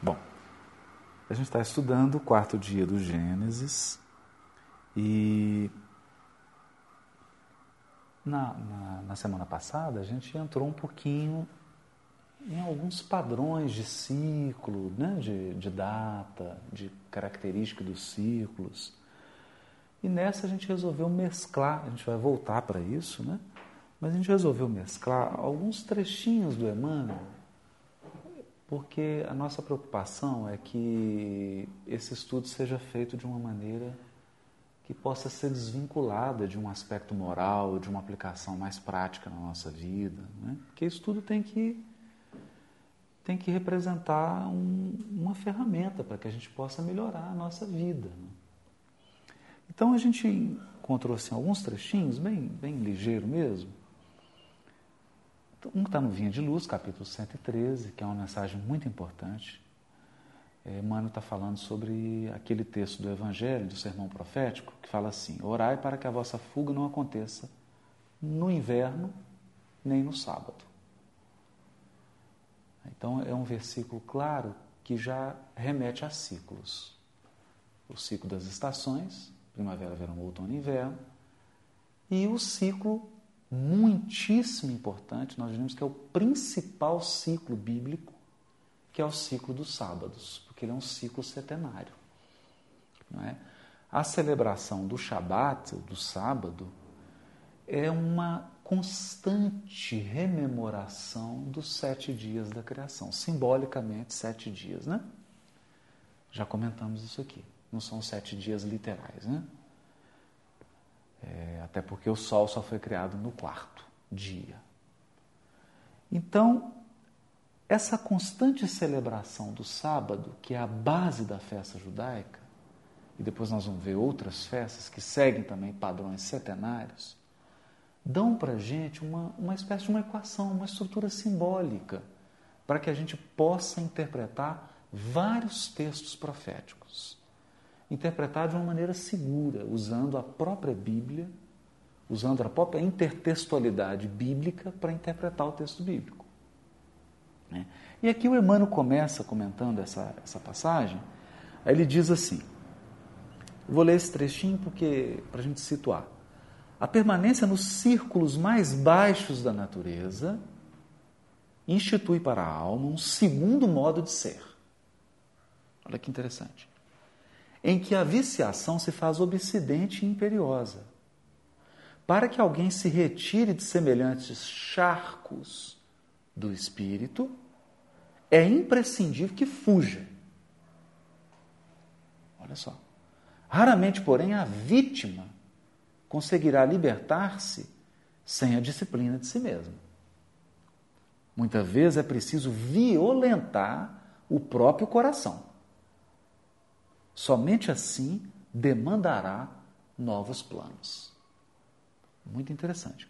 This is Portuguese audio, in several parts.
Bom, a gente está estudando o 4º dia do Gênesis e na semana passada a gente entrou um pouquinho em alguns padrões de ciclo, né? de data, de característica dos ciclos. E nessa a gente resolveu mesclar, a gente vai voltar para isso, né? Mas a gente resolveu mesclar alguns trechinhos do Emmanuel, porque a nossa preocupação é que esse estudo seja feito de uma maneira que possa ser desvinculada de um aspecto moral, de uma aplicação mais prática na nossa vida, né? Porque isso tudo tem que representar uma ferramenta para que a gente possa melhorar a nossa vida, né? Então a gente encontrou assim, alguns trechinhos, bem ligeiro mesmo. Um está no Vinha de Luz, capítulo 113, que é uma mensagem muito importante. Emmanuel está falando sobre aquele texto do Evangelho, do Sermão Profético, que fala assim: orai para que a vossa fuga não aconteça no inverno nem no sábado. Então é um versículo claro que já remete a ciclos. O ciclo das estações, primavera, verão, outono e inverno, e o ciclo muitíssimo importante, nós diríamos que é o principal ciclo bíblico, que é o ciclo dos sábados, porque ele é um ciclo setenário. Não é? A celebração do Shabat, do sábado, é uma constante rememoração dos 7 dias da criação, simbolicamente 7 dias, né? Já comentamos isso aqui, não são 7 dias literais, né? Até porque o Sol só foi criado no 4º dia. Então, essa constante celebração do sábado, que é a base da festa judaica, e depois nós vamos ver outras festas que seguem também padrões setenários, dão para a gente uma espécie de uma equação, uma estrutura simbólica, para que a gente possa interpretar vários textos proféticos. Interpretar de uma maneira segura, usando a própria Bíblia, usando a própria intertextualidade bíblica para interpretar o texto bíblico. E aqui o Emmanuel começa comentando essa passagem, aí ele diz assim, eu vou ler esse trechinho para a gente situar. A permanência nos círculos mais baixos da natureza institui para a alma um segundo modo de ser. Olha que interessante. Em que a viciação se faz obsidente e imperiosa. Para que alguém se retire de semelhantes charcos do espírito, é imprescindível que fuja. Olha só. Raramente, porém, a vítima conseguirá libertar-se sem a disciplina de si mesma. Muitas vezes é preciso violentar o próprio coração. Somente assim demandará novos planos. Muito interessante.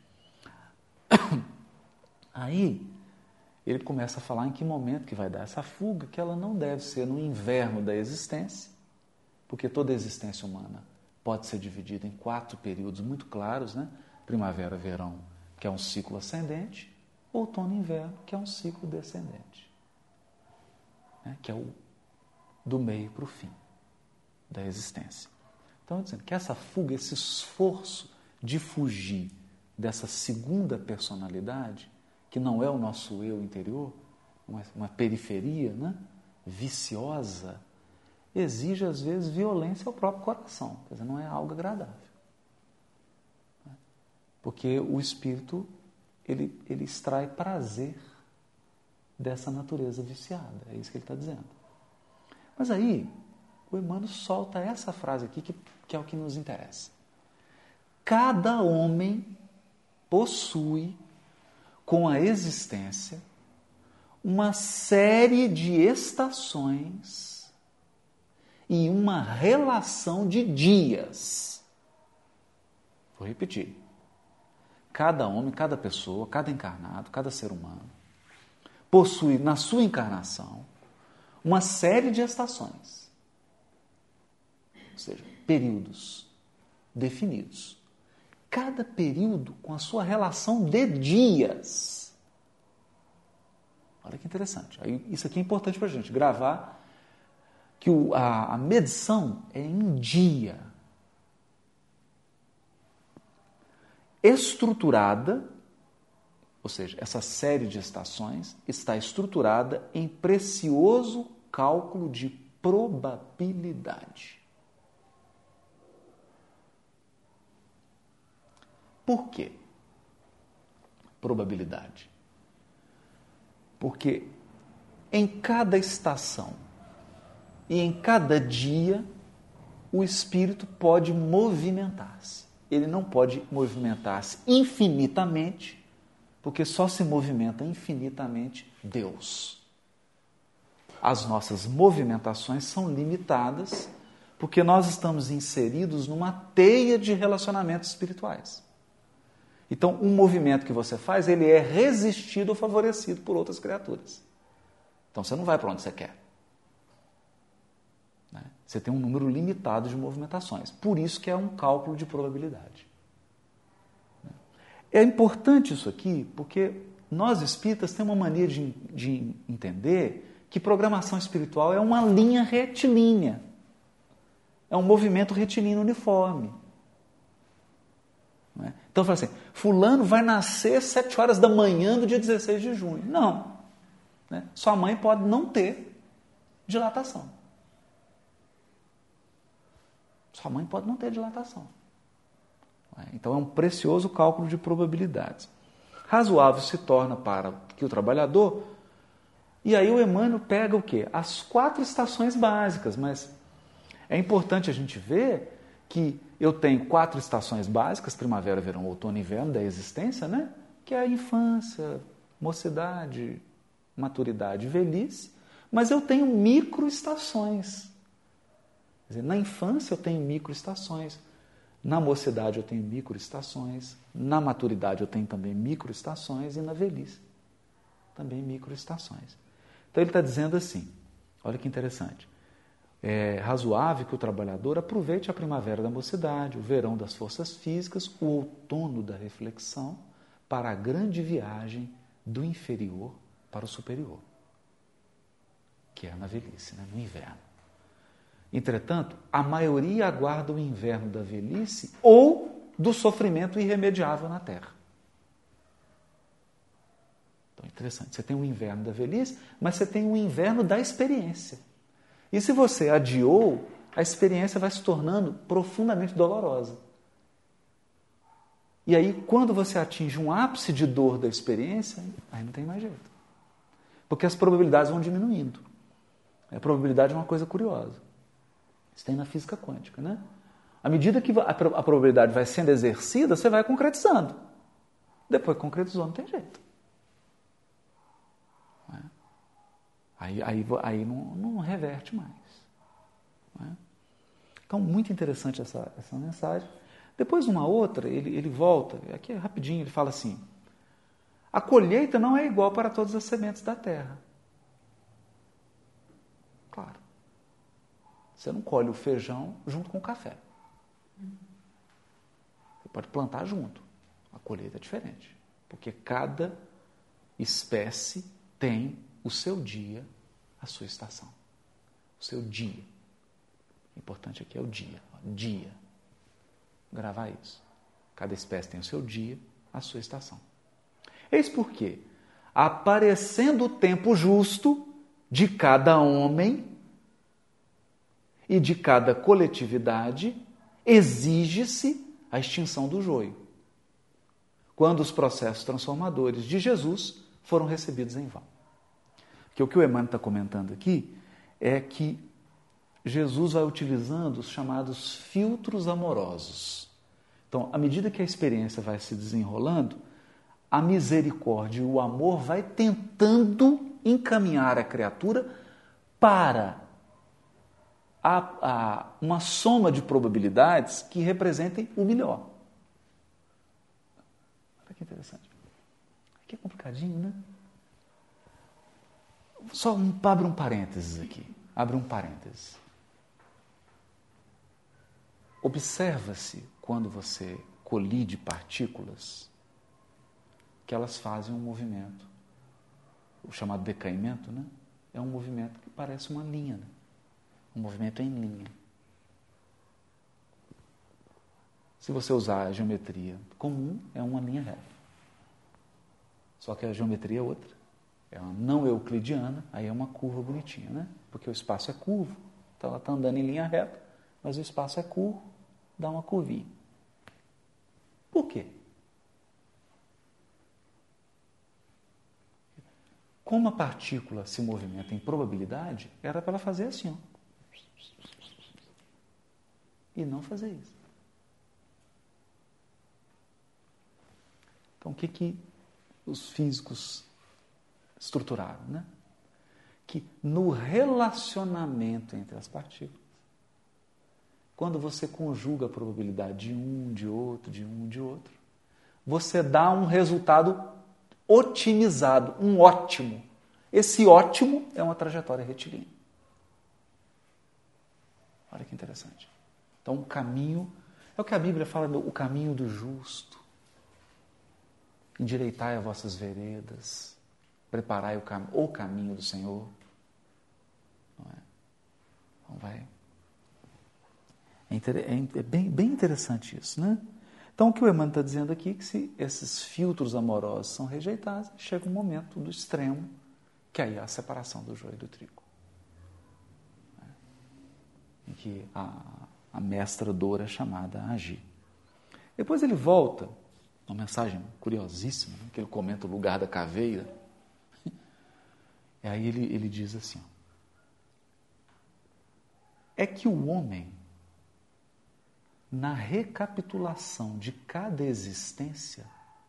Aí, ele começa a falar em que momento que vai dar essa fuga, que ela não deve ser no inverno da existência, porque toda a existência humana pode ser dividida em 4 períodos muito claros, né? Primavera, verão, que é um ciclo ascendente, outono e inverno, que é um ciclo descendente, né? Que é o do meio para o fim da existência. Então, dizendo que essa fuga, esse esforço de fugir dessa segunda personalidade, que não é o nosso eu interior, uma periferia, né, viciosa, exige, às vezes, violência ao próprio coração. Quer dizer, não é algo agradável. Porque o espírito, ele extrai prazer dessa natureza viciada. É isso que ele está dizendo. Mas aí, o Emmanuel solta essa frase aqui, que é o que nos interessa. Cada homem possui, com a existência, uma série de estações e uma relação de dias. Vou repetir. Cada homem, cada pessoa, cada encarnado, cada ser humano, possui na sua encarnação uma série de estações. Ou seja, períodos definidos. Cada período com a sua relação de dias. Olha que interessante. Isso aqui é importante para a gente gravar que a medição é em dia, estruturada, ou seja, essa série de estações está estruturada em precioso cálculo de probabilidade. Por quê? Probabilidade. Porque em cada estação e em cada dia o espírito pode movimentar-se. Ele não pode movimentar-se infinitamente, porque só se movimenta infinitamente Deus. As nossas movimentações são limitadas porque nós estamos inseridos numa teia de relacionamentos espirituais. Então, um movimento que você faz, ele é resistido ou favorecido por outras criaturas. Então, você não vai para onde você quer. Né? Você tem um número limitado de movimentações. Por isso que é um cálculo de probabilidade. É importante isso aqui, porque nós espíritas temos uma mania de entender que programação espiritual é uma linha retilínea. É um movimento retilíneo uniforme. Então, fala assim, fulano vai nascer às 7 horas da manhã do dia 16 de junho. Não. Né? Sua mãe pode não ter dilatação. Sua mãe pode não ter dilatação. Então, é um precioso cálculo de probabilidades. Razoável se torna para que o trabalhador... E aí o Emmanuel pega o quê? As 4 estações básicas, mas é importante a gente ver que eu tenho 4 estações básicas, primavera, verão, outono e inverno da existência, né? Que é a infância, mocidade, maturidade e velhice, mas eu tenho microestações. Quer dizer, na infância eu tenho microestações, na mocidade eu tenho microestações, na maturidade eu tenho também microestações e na velhice também microestações. Então ele está dizendo assim, olha que interessante, é razoável que o trabalhador aproveite a primavera da mocidade, o verão das forças físicas, o outono da reflexão, para a grande viagem do inferior para o superior, que é na velhice, né? No inverno. Entretanto, a maioria aguarda o inverno da velhice ou do sofrimento irremediável na Terra. Então, interessante. Você tem o inverno da velhice, mas você tem o inverno da experiência. E se você adiou, a experiência vai se tornando profundamente dolorosa. E aí, quando você atinge um ápice de dor da experiência, aí não tem mais jeito. Porque as probabilidades vão diminuindo. A probabilidade é uma coisa curiosa. Isso tem na física quântica, né? À medida que a probabilidade vai sendo exercida, você vai concretizando. Depois que concretizou, não tem jeito. Aí não reverte mais. Então, muito interessante essa mensagem. Depois, uma outra, ele volta, aqui é rapidinho, ele fala assim, a colheita não é igual para todas as sementes da terra. Claro. Você não colhe o feijão junto com o café. Você pode plantar junto. A colheita é diferente. Porque cada espécie tem o seu dia, a sua estação. O seu dia. O importante aqui é o dia. Dia. Gravar isso. Cada espécie tem o seu dia, a sua estação. Eis porque, aparecendo o tempo justo de cada homem e de cada coletividade, exige-se a extinção do joio, quando os processos transformadores de Jesus foram recebidos em vão. Porque o que o Emmanuel está comentando aqui é que Jesus vai utilizando os chamados filtros amorosos. Então, à medida que a experiência vai se desenrolando, a misericórdia e o amor vai tentando encaminhar a criatura para uma soma de probabilidades que representem o melhor. Olha que interessante. Aqui é complicadinho, né? Só abre um parênteses aqui. Abre um parênteses. Observa-se, quando você colide partículas, que elas fazem um movimento. O chamado decaimento, né? É um movimento que parece uma linha, né? um movimento em linha. Se você usar a geometria comum, é uma linha reta. Só que a geometria é outra. É uma não euclidiana, aí é uma curva bonitinha, né? Porque o espaço é curvo, então ela está andando em linha reta, mas o espaço é curvo, dá uma curvinha. Por quê? Como a partícula se movimenta em probabilidade, era para ela fazer assim, ó. E não fazer isso. Então, o que os físicos estruturaram, né? Que no relacionamento entre as partículas, quando você conjuga a probabilidade de um, de outro, de um, de outro, você dá um resultado otimizado, um ótimo. Esse ótimo é uma trajetória retilínea. Olha que interessante. Então, o caminho, é o que a Bíblia fala, o caminho do justo. Endireitai as vossas veredas, preparai o caminho do Senhor. Não é? Então vai. É bem interessante isso, né? Então, o que o Emmanuel está dizendo aqui é que se esses filtros amorosos são rejeitados, chega um momento do extremo, que aí é a separação do joio e do trigo. Né? Em que a mestra dor é chamada a agir. Depois ele volta, uma mensagem curiosíssima, né? Que ele comenta o lugar da caveira. E aí ele diz assim, ó, é que o homem, na recapitulação de cada existência,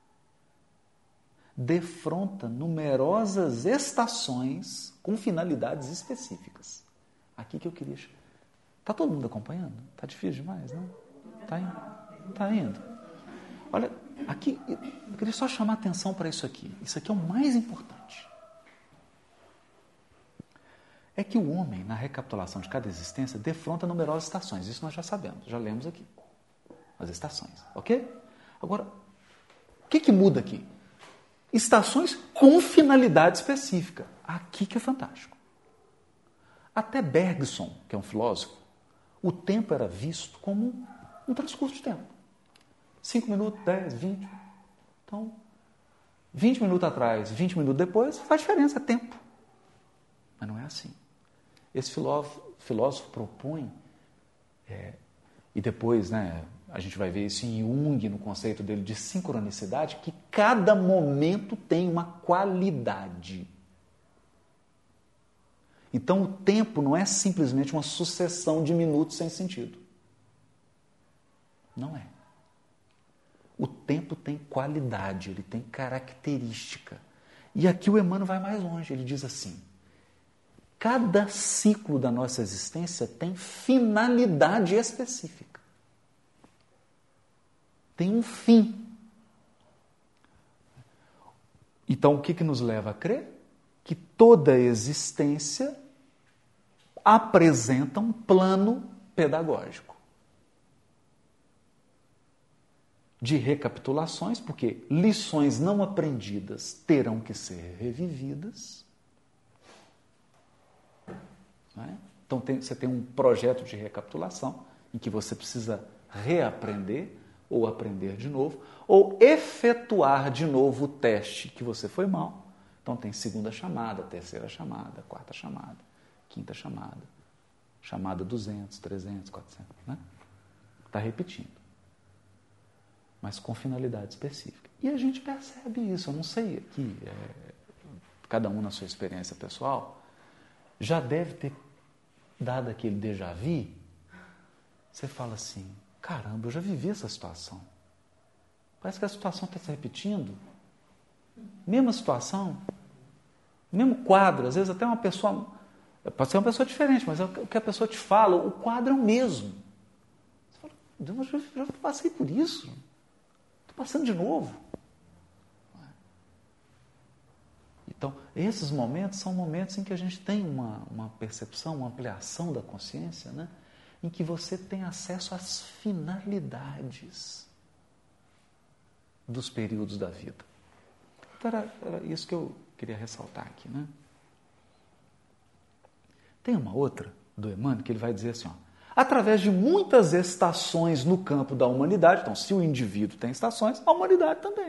defronta numerosas estações com finalidades específicas. Aqui que eu queria... Está todo mundo acompanhando? Está difícil demais, não? Está indo? Está indo. Olha, aqui, eu queria só chamar a atenção para isso aqui. Isso aqui é o mais importante. É que o homem, na recapitulação de cada existência, defronta numerosas estações. Isso nós já sabemos, já lemos aqui. As estações, ok? Agora, o que muda aqui? Estações com finalidade específica. Aqui que é fantástico. Até Bergson, que é um filósofo, o tempo era visto como um transcurso de tempo. 5 minutos, 10, 20. Então, 20 minutos atrás, 20 minutos depois, faz diferença, é tempo. Mas não é assim. Esse filósofo propõe, e depois, né, a gente vai ver isso em Jung, no conceito dele de sincronicidade, que cada momento tem uma qualidade. Então, o tempo não é simplesmente uma sucessão de minutos sem sentido. Não é. O tempo tem qualidade, ele tem característica. E aqui o Emmanuel vai mais longe, ele diz assim, cada ciclo da nossa existência tem finalidade específica. Tem um fim. Então, o que nos leva a crer? Que toda existência apresenta um plano pedagógico. De recapitulações, porque lições não aprendidas terão que ser revividas. Não é? Então, você tem um projeto de recapitulação em que você precisa reaprender ou aprender de novo, ou efetuar de novo o teste que você foi mal. Então, tem segunda chamada, terceira chamada, quarta chamada, quinta chamada, chamada 200, 300, 400. Né? Está repetindo. Mas com finalidade específica. E a gente percebe isso, eu não sei aqui, cada um na sua experiência pessoal, já deve ter dado aquele déjà vu, você fala assim, caramba, eu já vivi essa situação. Parece que a situação está se repetindo. Mesma situação, mesmo quadro, às vezes até uma pessoa, pode ser uma pessoa diferente, mas o que a pessoa te fala, o quadro é o mesmo. Você fala, Deus, eu já passei por isso. Passando de novo. Então, esses momentos são momentos em que a gente tem uma percepção, uma ampliação da consciência, né? Em que você tem acesso às finalidades dos períodos da vida. Então, era isso que eu queria ressaltar aqui. Né? Tem uma outra do Emmanuel, que ele vai dizer assim, ó, através de muitas estações no campo da humanidade, então se o indivíduo tem estações, a humanidade também.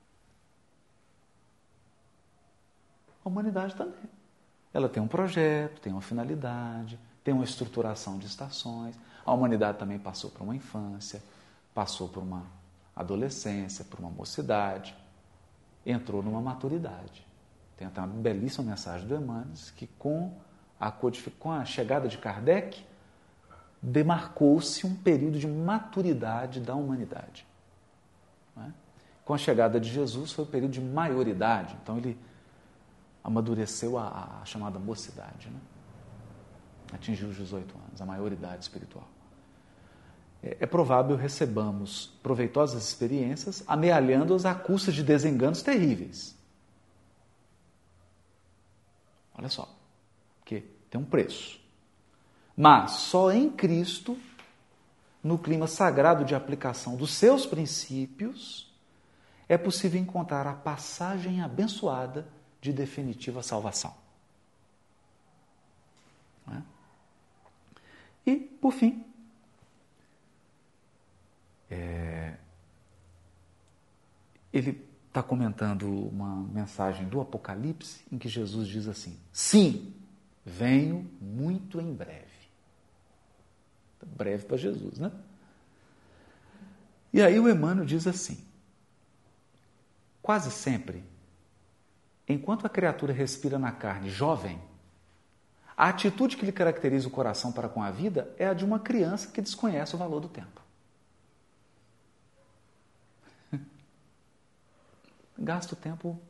A humanidade também. Ela tem um projeto, tem uma finalidade, tem uma estruturação de estações. A humanidade também passou por uma infância, passou por uma adolescência, por uma mocidade, entrou numa maturidade. Tem até uma belíssima mensagem do Emmanuel que com a chegada de Kardec, demarcou-se um período de maturidade da humanidade. Não é? Com a chegada de Jesus foi o período de maioridade, então ele amadureceu a chamada mocidade, né? Atingiu os 18 anos, a maioridade espiritual. É provável recebamos proveitosas experiências, amealhando-as à custa de desenganos terríveis. Olha só, porque tem um preço. Mas só em Cristo, no clima sagrado de aplicação dos seus princípios, é possível encontrar a passagem abençoada de definitiva salvação. Não é? E, por fim, ele está comentando uma mensagem do Apocalipse em que Jesus diz assim: sim, venho muito em breve. Breve para Jesus, né? E aí o Emmanuel diz assim: quase sempre, enquanto a criatura respira na carne jovem, a atitude que lhe caracteriza o coração para com a vida é a de uma criança que desconhece o valor do tempo. Gasta o tempo.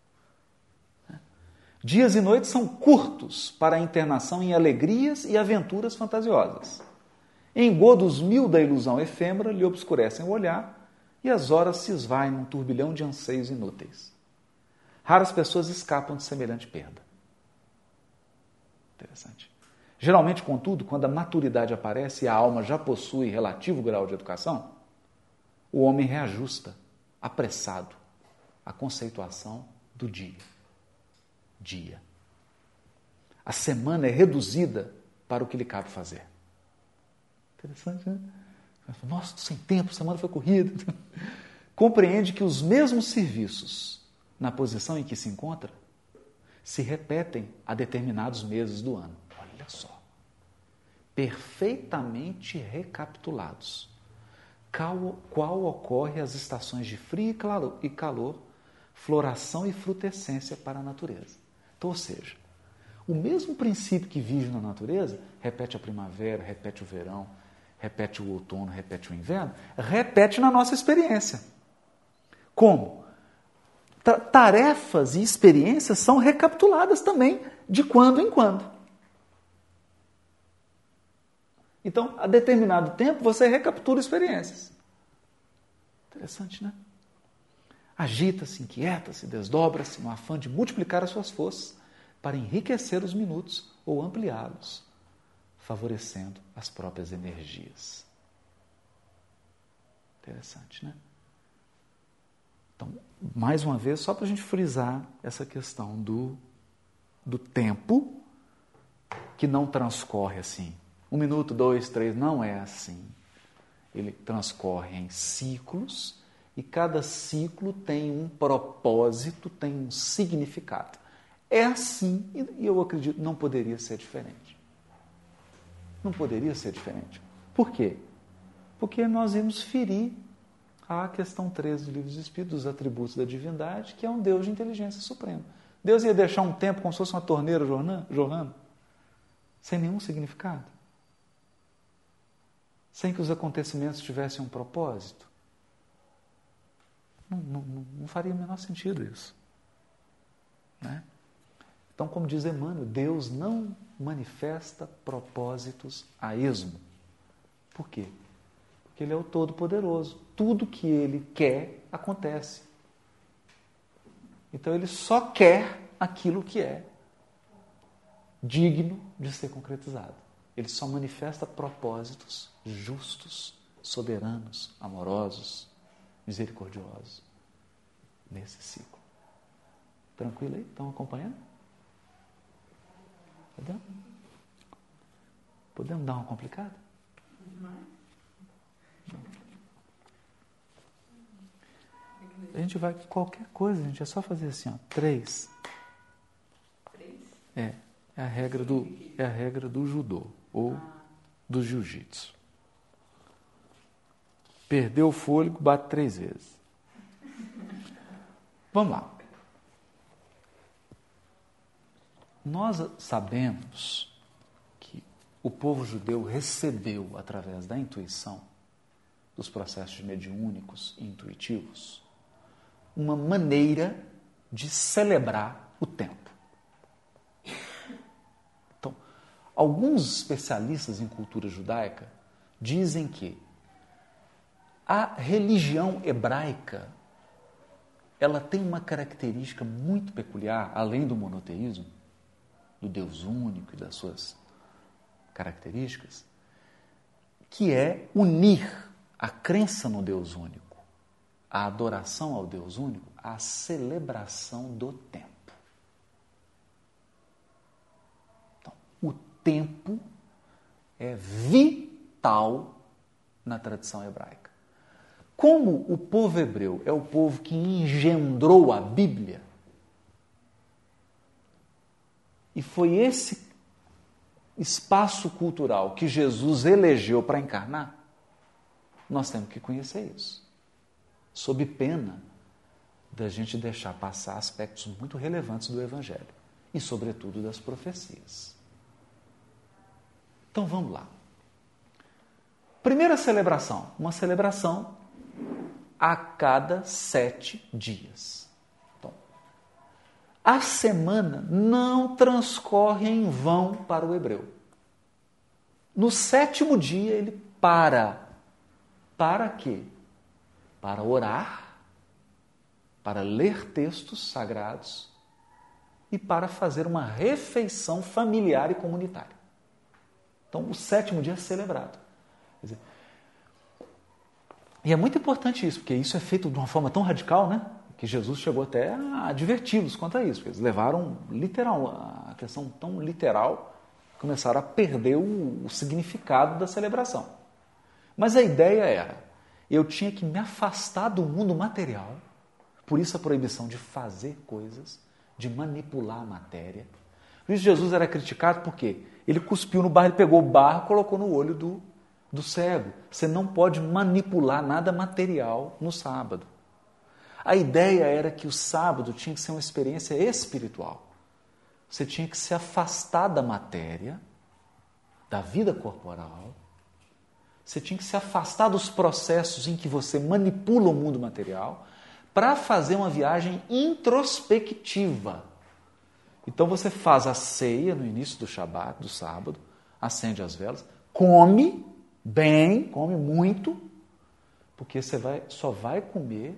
Dias e noites são curtos para a internação em alegrias e aventuras fantasiosas. Engodos mil da ilusão efêmera lhe obscurecem o olhar e as horas se esvaem num turbilhão de anseios inúteis. Raras pessoas escapam de semelhante perda. Interessante. Geralmente, contudo, quando a maturidade aparece e a alma já possui relativo grau de educação, o homem reajusta, apressado, a conceituação do dia. Dia. A semana é reduzida para o que lhe cabe fazer. Interessante, né? Nossa, sem tempo, a semana foi corrida. Compreende que os mesmos serviços, na posição em que se encontra, se repetem a determinados meses do ano. Olha só. Perfeitamente recapitulados. Qual ocorre as estações de frio e calor, floração e frutescência para a natureza. Então, ou seja, o mesmo princípio que vige na natureza, repete a primavera, repete o verão, repete o outono, repete o inverno, repete na nossa experiência. Como? Tarefas e experiências são recapituladas também de quando em quando. Então, a determinado tempo, você recaptura experiências. Interessante, né? Agita-se, inquieta-se, desdobra-se no afã de multiplicar as suas forças para enriquecer os minutos ou ampliá-los, favorecendo as próprias energias. Interessante, né? Então, mais uma vez, só para a gente frisar essa questão do tempo, que não transcorre assim. 1 minuto, 2, 3, não é assim. Ele transcorre em ciclos e cada ciclo tem um propósito, tem um significado. É assim e eu acredito não poderia ser diferente. Não poderia ser diferente. Por quê? Porque nós íamos ferir a questão 13 do Livro dos Espíritos, dos atributos da divindade, que é um Deus de inteligência suprema. Deus ia deixar um tempo como se fosse uma torneira jorrando, sem nenhum significado? Sem que os acontecimentos tivessem um propósito? Não faria o menor sentido isso. Né? Então, como diz Emmanuel, Deus não manifesta propósitos a esmo. Por quê? Porque Ele é o Todo-Poderoso. Tudo que Ele quer, acontece. Então, Ele só quer aquilo que é digno de ser concretizado. Ele só manifesta propósitos justos, soberanos, amorosos, misericordiosos nesse ciclo. Tranquilo aí? Estão acompanhando? Tá vendo? Podemos dar uma complicada? A gente vai, qualquer coisa, gente, é só fazer assim, ó, 3. É a regra do judô ou do jiu-jitsu. Perdeu o fôlego, bate 3 vezes. Vamos lá. Nós sabemos que o povo judeu recebeu, através da intuição, dos processos mediúnicos e intuitivos, uma maneira de celebrar o tempo. Então, alguns especialistas em cultura judaica dizem que a religião hebraica ela tem uma característica muito peculiar, além do monoteísmo, do Deus único e das suas características, que é unir a crença no Deus único, a adoração ao Deus único, à celebração do tempo. Então, o tempo é vital na tradição hebraica. Como o povo hebreu é o povo que engendrou a Bíblia, e foi esse espaço cultural que Jesus elegeu para encarnar, nós temos que conhecer isso, sob pena da gente deixar passar aspectos muito relevantes do Evangelho e, sobretudo, das profecias. Então, vamos lá. Primeira celebração, uma celebração a cada 7 dias. Então, a semana não transcorre em vão para o hebreu. No 7º dia ele para. Para quê? Para orar, para ler textos sagrados e para fazer uma refeição familiar e comunitária. Então, o 7º dia é celebrado. Quer dizer, e é muito importante isso, porque isso é feito de uma forma tão radical, né? Que Jesus chegou até a adverti-los quanto a isso. Eles levaram a questão tão literal, começaram a perder o significado da celebração. Mas a ideia era, eu tinha que me afastar do mundo material, por isso a proibição de fazer coisas, de manipular a matéria. Por isso Jesus era criticado porque ele cuspiu no barro, ele pegou o barro e colocou no olho do cego. Você não pode manipular nada material no sábado. A ideia era que o sábado tinha que ser uma experiência espiritual. Você tinha que se afastar da matéria, da vida corporal. Você tinha que se afastar dos processos em que você manipula o mundo material para fazer uma viagem introspectiva. Então você faz a ceia no início do Shabat, do sábado, acende as velas, come bem, come muito, porque você só vai comer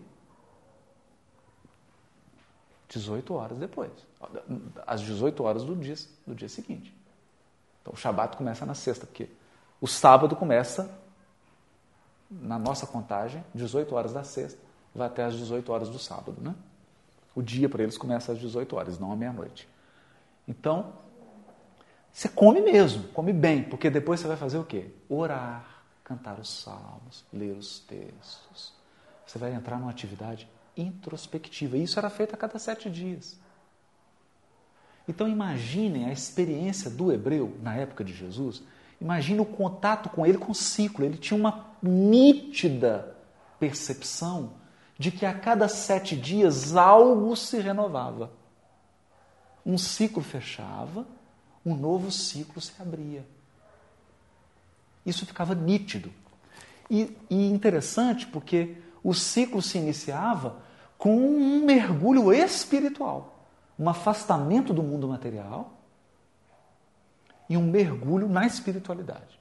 18 horas depois, às 18 horas do dia seguinte. Então o Shabat começa na sexta, porque o sábado começa, na nossa contagem, 18 horas da sexta, vai até às 18 horas do sábado, né? O dia para eles começa às 18 horas, não à meia-noite. Então, você come mesmo, come bem, porque depois você vai fazer o quê? Orar, cantar os salmos, ler os textos. Você vai entrar numa atividade introspectiva. E isso era feito a cada 7 dias. Então imaginem a experiência do hebreu na época de Jesus. Imagine o contato com ele com o ciclo. Ele tinha uma nítida percepção de que a cada 7 dias algo se renovava. Um ciclo fechava, um novo ciclo se abria. Isso ficava nítido. E interessante porque o ciclo se iniciava com um mergulho espiritual, um afastamento do mundo material e um mergulho na espiritualidade.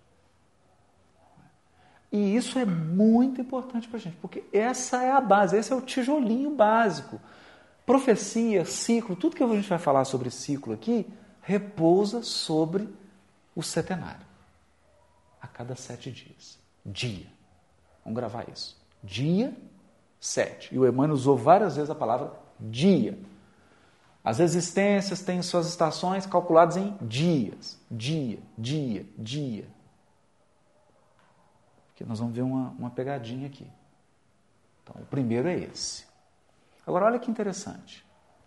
E isso é muito importante para a gente, porque essa é a base, esse é o tijolinho básico. Profecia, ciclo, tudo que a gente vai falar sobre ciclo aqui, repousa sobre o setenário. A cada 7 dias. Dia. Vamos gravar isso. Dia 7. E o Emmanuel usou várias vezes a palavra dia. As existências têm suas estações calculadas em dias. Dia. Aqui nós vamos ver uma pegadinha aqui. Então, o primeiro é esse. Agora, olha que interessante.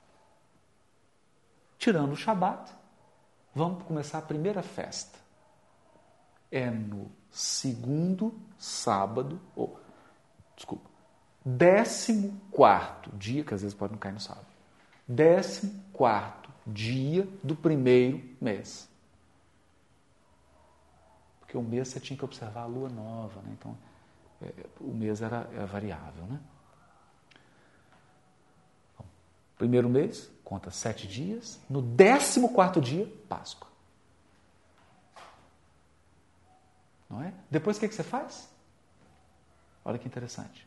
Tirando o Shabat, vamos começar a primeira festa. É no segundo sábado, 14º dia, que às vezes pode não cair no sábado. 14º dia do primeiro mês. Porque o mês você tinha que observar a lua nova, né? Então, o mês era variável, né? Bom, primeiro mês, conta 7 dias. No 14º dia, Páscoa. Não é? Depois o que você faz? Olha que interessante.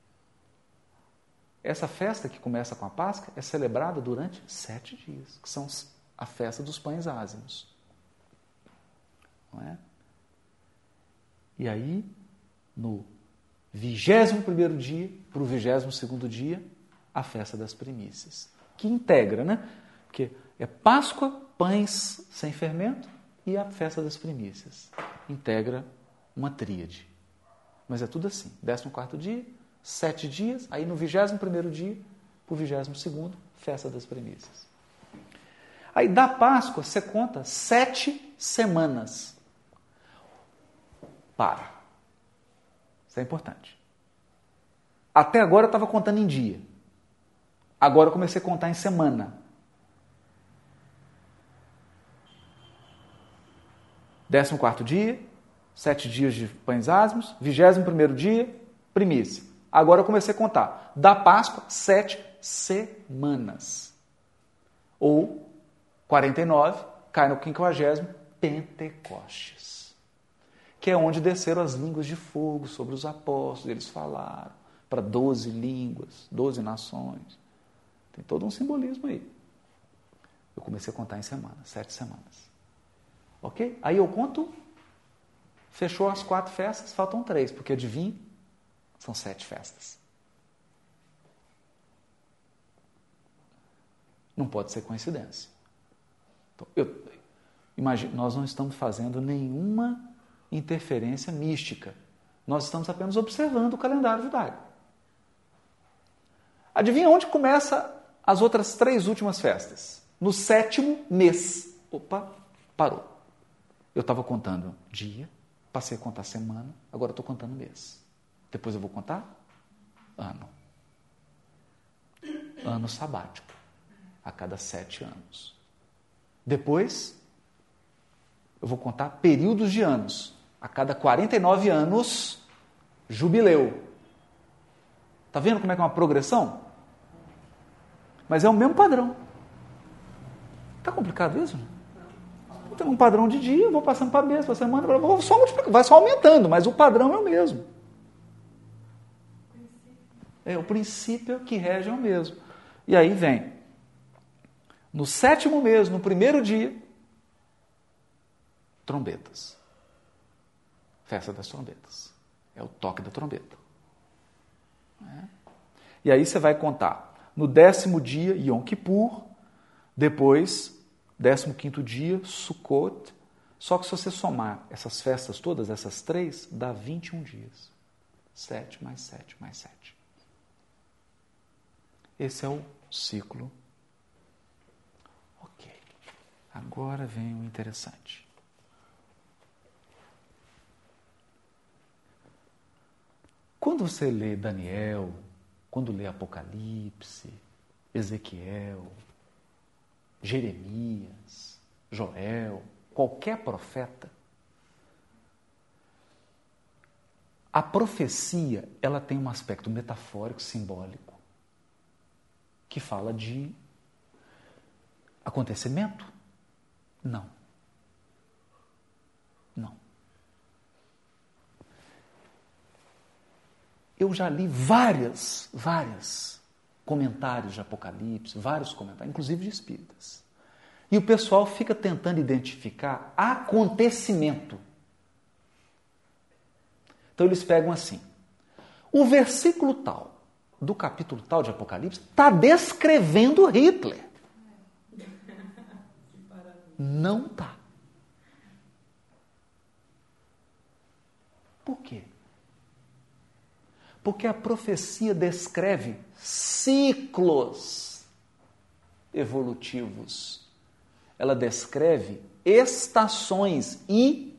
Essa festa que começa com a Páscoa é celebrada durante 7 dias, que são a festa dos pães ázimos. Não é? E aí, no 21º dia para o 22º dia, a festa das primícias, que integra, né? Porque é Páscoa, pães sem fermento e a festa das primícias. Integra uma tríade. Mas é tudo assim, 14º dia, 7 dias, aí no 21º dia para o 22º, festa das primícias. Aí da Páscoa você conta 7 semanas. Para. Isso é importante. Até agora eu estava contando em dia. Agora eu comecei a contar em semana. 14º dia, 7 dias de pães ázimos, 21º dia, primícia. Agora eu comecei a contar. Da Páscoa, 7 semanas. Ou 49, cai no 50º, Pentecostes. Que é onde desceram as línguas de fogo sobre os apóstolos. Eles falaram para 12 línguas, 12 nações. Tem todo um simbolismo aí. Eu comecei a contar em semanas, 7 semanas. Ok? Aí eu conto, fechou as 4 festas, faltam 3, porque adivinha, são 7 festas. Não pode ser coincidência. Então, imagine, nós não estamos fazendo nenhuma interferência mística. Nós estamos apenas observando o calendário judaico. Adivinha onde começa as outras 3 últimas festas? No 7º mês. Opa, parou. Eu estava contando dia, passei a contar semana, agora estou contando mês. Depois eu vou contar ano. Ano sabático. A cada 7 anos. Depois, eu vou contar períodos de anos. A cada 49 anos, jubileu. Está vendo como é que é uma progressão? Mas é o mesmo padrão. Está complicado isso? Eu tenho um padrão de dia, eu vou passando para mês, para semana, vou só multiplicando, vai só aumentando, mas o padrão é o mesmo. O princípio que rege é o mesmo. E aí vem, no 7º mês, no primeiro dia, trombetas. Festa das trombetas. É o toque da trombeta. E aí você vai contar no 10º dia, Yom Kippur, depois, 15º dia, Sukkot. Só que se você somar essas festas todas, essas 3, dá 21 dias. 7 mais 7 mais 7. Esse é o ciclo. Ok. Agora vem o interessante. Quando você lê Daniel, quando lê Apocalipse, Ezequiel, Jeremias, Joel, qualquer profeta, a profecia ela tem um aspecto metafórico, simbólico, que fala de acontecimento? Não. Não. Eu já li vários comentários de Apocalipse, vários comentários, inclusive de espíritas. E o pessoal fica tentando identificar acontecimento. Então eles pegam assim, o versículo tal, do capítulo tal de Apocalipse, está descrevendo Hitler. Não está. Por quê? Porque a profecia descreve ciclos evolutivos. Ela descreve estações e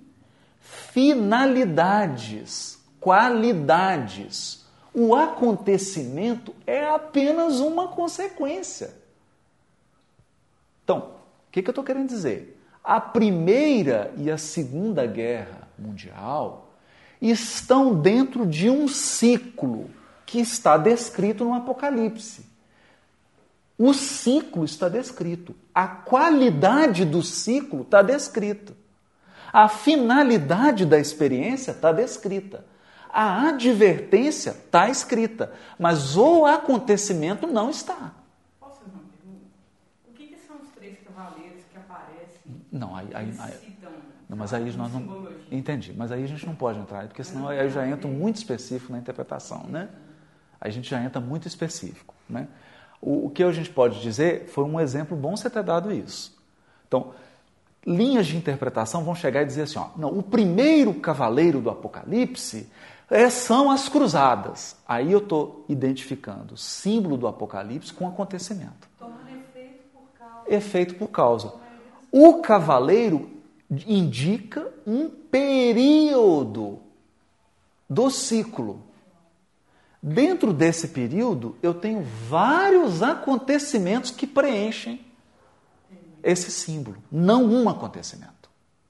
finalidades, qualidades. O acontecimento é apenas uma consequência. Então, o que eu estou querendo dizer? A Primeira e a Segunda Guerra Mundial estão dentro de um ciclo que está descrito no Apocalipse. O ciclo está descrito. A qualidade do ciclo está descrita. A finalidade da experiência está descrita. A advertência está escrita. Mas o acontecimento não está. Posso fazer uma pergunta? O que são os 3 cavaleiros que aparecem? Não, Citam, não, mas aí nós não... Entendi, mas aí a gente não pode entrar, porque senão aí já entra muito específico na interpretação, né? Aí a gente já entra muito específico, né? O que a gente pode dizer foi um exemplo bom você ter dado isso. Então, linhas de interpretação vão chegar e dizer assim, ó, não, o primeiro cavaleiro do Apocalipse são as cruzadas. Aí eu estou identificando o símbolo do Apocalipse com o acontecimento. Tomando efeito por causa. Efeito por causa. O cavaleiro indica um período do ciclo. Dentro desse período, eu tenho vários acontecimentos que preenchem esse símbolo. Não um acontecimento.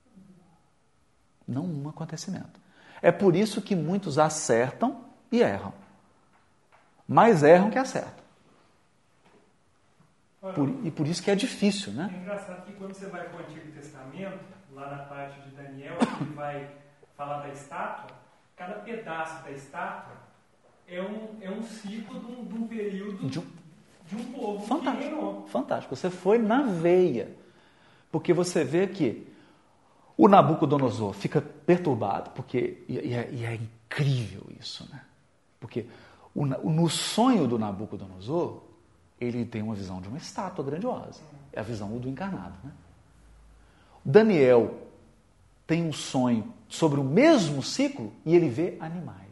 Não um acontecimento. É por isso que muitos acertam e erram. Mais erram que acertam. E por isso que é difícil, né? É engraçado que quando você vai para o Antigo Testamento, lá na parte de Daniel, ele vai falar da estátua, cada pedaço da estátua é um ciclo de um período de um povo fantástico, que reinou. Fantástico. Você foi na veia. Porque você vê que o Nabucodonosor fica perturbado, porque e é incrível isso, né? Porque no sonho do Nabucodonosor, ele tem uma visão de uma estátua grandiosa. É a visão do encarnado, né? Daniel tem um sonho sobre o mesmo ciclo e ele vê animais.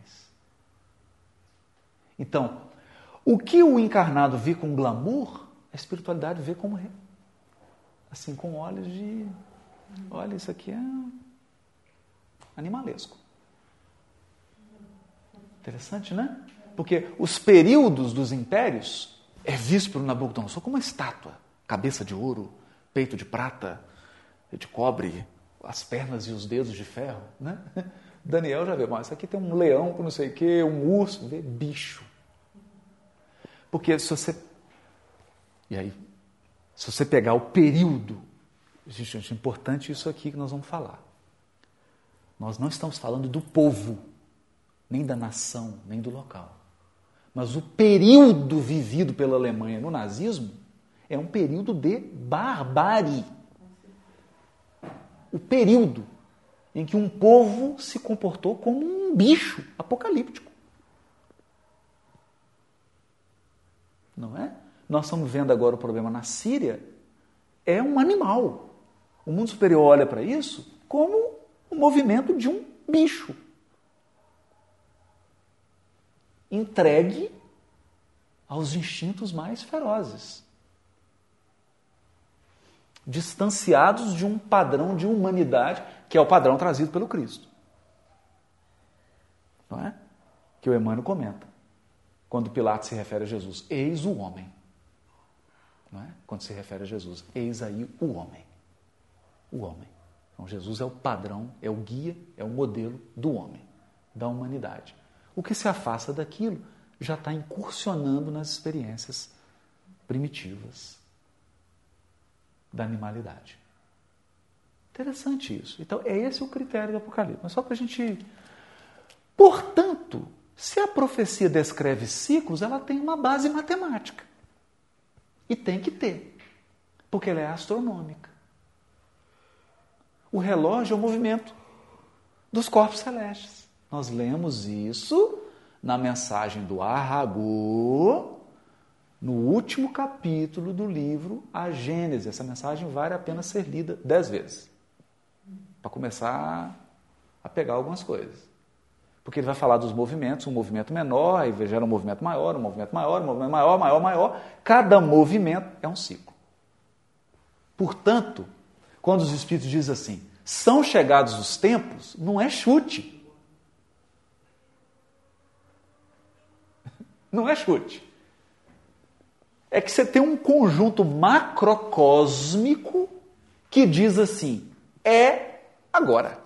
Então, o que o encarnado vê com glamour, a espiritualidade vê como assim, com olhos de... Olha, isso aqui é animalesco. Interessante, né? Porque os períodos dos impérios é visto pelo Nabucodonosor como uma estátua. Cabeça de ouro, peito de prata, de cobre, as pernas e os dedos de ferro, né? Daniel já vê, mas isso aqui tem um leão com não sei o quê, um urso, vê bicho. Porque se você... E aí, se você pegar o período... Gente, é importante isso aqui que nós vamos falar. Nós não estamos falando do povo, nem da nação, nem do local. Mas o período vivido pela Alemanha no nazismo é um período de barbárie. O período em que um povo se comportou como um bicho apocalíptico. Não é? Nós estamos vendo agora o problema na Síria, é um animal. O mundo superior olha para isso como o movimento de um bicho. Entregue aos instintos mais ferozes. Distanciados de um padrão de humanidade, que é o padrão trazido pelo Cristo. Não é? Que o Emmanuel comenta. Quando Pilatos se refere a Jesus, eis o homem. Não é? Quando se refere a Jesus, eis aí o homem. O homem. Então Jesus é o padrão, é o guia, é o modelo do homem, da humanidade. O que se afasta daquilo já está incursionando nas experiências primitivas da animalidade. Interessante isso. Então, é esse o critério do Apocalipse. Mas só para a gente... Portanto, se a profecia descreve ciclos, ela tem uma base matemática. E tem que ter, porque ela é astronômica. O relógio é o movimento dos corpos celestes. Nós lemos isso na mensagem do Arragu, no último capítulo do livro A Gênese. Essa mensagem vale a pena ser lida 10 vezes, para começar a pegar algumas coisas. Porque ele vai falar dos movimentos, um movimento menor, aí gera um movimento maior, um movimento maior, um movimento maior, maior, maior. Cada movimento é um ciclo. Portanto, quando os Espíritos dizem assim, são chegados os tempos, não é chute. Não é chute. É que você tem um conjunto macrocósmico que diz assim, é agora.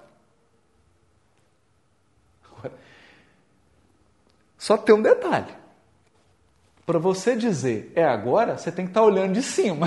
Só tem um detalhe. Para você dizer é agora, você tem que estar olhando de cima.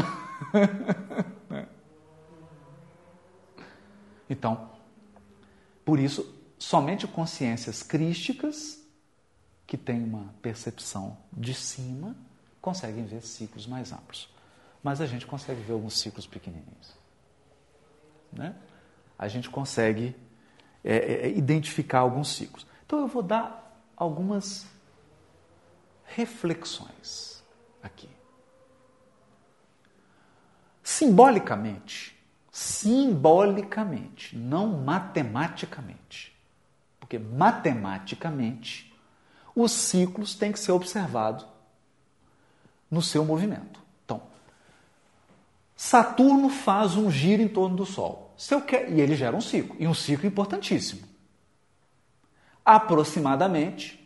Então, por isso, somente consciências crísticas, que têm uma percepção de cima, conseguem ver ciclos mais amplos. Mas a gente consegue ver alguns ciclos pequenininhos. Né? A gente consegue identificar alguns ciclos. Então, eu vou dar algumas reflexões aqui. Simbolicamente, não matematicamente, porque matematicamente os ciclos têm que ser observados no seu movimento. Então, Saturno faz um giro em torno do Sol. E ele gera um ciclo, e um ciclo importantíssimo. Aproximadamente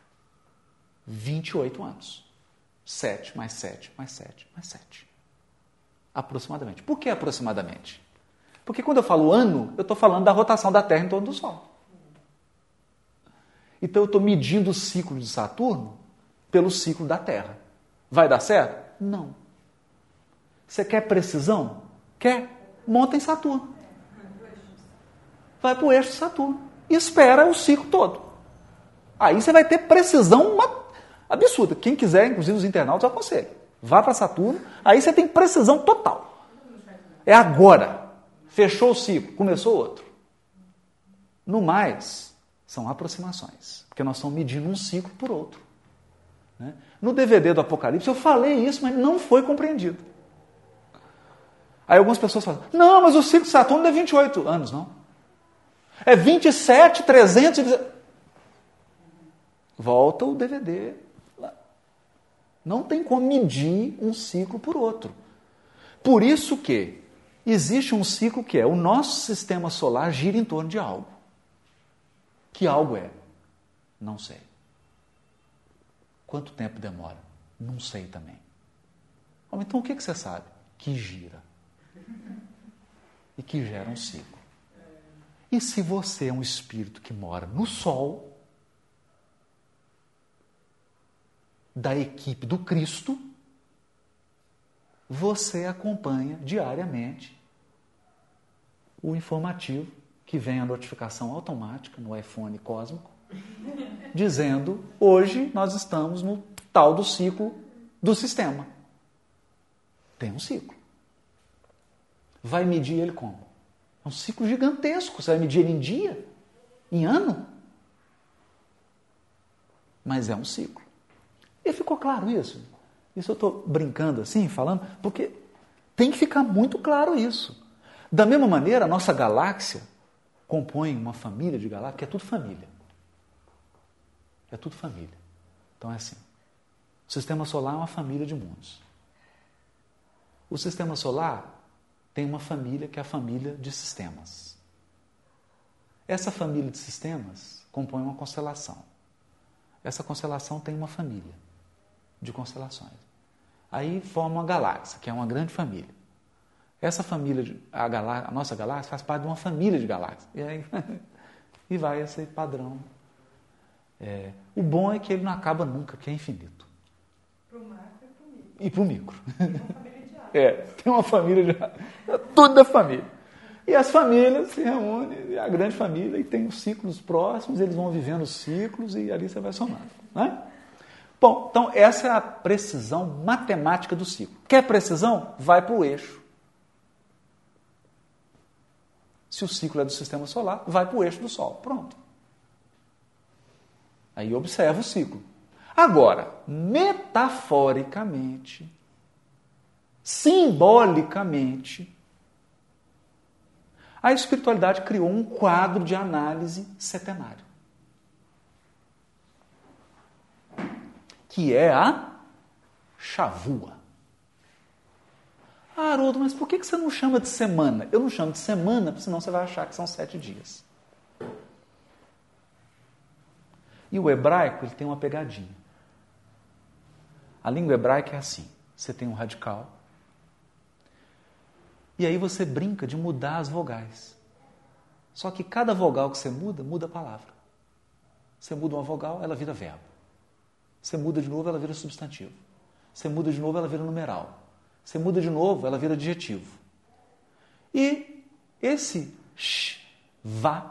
28 anos. 7 mais 7 mais 7 mais 7. Aproximadamente. Por que aproximadamente? Porque quando eu falo ano, eu estou falando da rotação da Terra em torno do Sol. Então eu estou medindo o ciclo de Saturno pelo ciclo da Terra. Vai dar certo? Não. Você quer precisão? Quer? Monta em Saturno. Vai para o eixo de Saturno. E espera o ciclo todo. Aí você vai ter precisão absurda. Quem quiser, inclusive os internautas, eu aconselho. Vá para Saturno, aí você tem precisão total. É agora. Fechou o ciclo, começou outro. No mais, são aproximações. Porque nós estamos medindo um ciclo por outro. Né? No DVD do Apocalipse, eu falei isso, mas não foi compreendido. Aí algumas pessoas falam, não, mas o ciclo de Saturno não é 28 anos, não. É 27, 300... Volta o DVD lá. Não tem como medir um ciclo por outro. Por isso que existe um ciclo que é o nosso sistema solar gira em torno de algo. Que algo é? Não sei. Quanto tempo demora? Não sei também. Então o que você sabe? Que gira. E que gera um ciclo. E se você é um espírito que mora no Sol, da equipe do Cristo, você acompanha diariamente o informativo, que vem a notificação automática no iPhone cósmico, dizendo, hoje nós estamos no tal do ciclo do sistema. Tem um ciclo. Vai medir ele como? É um ciclo gigantesco. Você vai medir ele em dia? Em ano? Mas é um ciclo. E ficou claro isso? Isso eu estou brincando assim, falando, porque tem que ficar muito claro isso. Da mesma maneira, a nossa galáxia compõe uma família de galáxias, que é tudo família. É tudo família. Então é assim. O sistema solar é uma família de mundos. O sistema solar tem uma família que é a família de sistemas. Essa família de sistemas compõe uma constelação. Essa constelação tem uma família de constelações. Aí forma uma galáxia, que é uma grande família. Essa família, a nossa galáxia, faz parte de uma família de galáxias. E aí e vai esse padrão. O bom é que ele não acaba nunca, que é infinito. Para o macro e para o micro. E para o micro. Tem uma família de água. Tem uma família de... tudo da família. E as famílias se reúnem, a grande família, e tem os ciclos próximos, eles vão vivendo os ciclos e ali você vai somando. Né? Bom, então essa é a precisão matemática do ciclo. Quer precisão? Vai para o eixo. Se o ciclo é do sistema solar, vai para o eixo do Sol. Pronto. Aí observa o ciclo. Agora, metaforicamente, simbolicamente, a espiritualidade criou um quadro de análise setenário, que é a Shavua. Ah, Haroldo, mas por que você não chama de semana? Eu não chamo de semana, porque senão você vai achar que são 7 dias. E o hebraico, ele tem uma pegadinha. A língua hebraica é assim. Você tem um radical. E aí você brinca de mudar as vogais. Só que cada vogal que você muda, muda a palavra. Você muda uma vogal, ela vira verbo. Você muda de novo, ela vira substantivo. Você muda de novo, ela vira numeral. Você muda de novo, ela vira adjetivo. E esse shvat,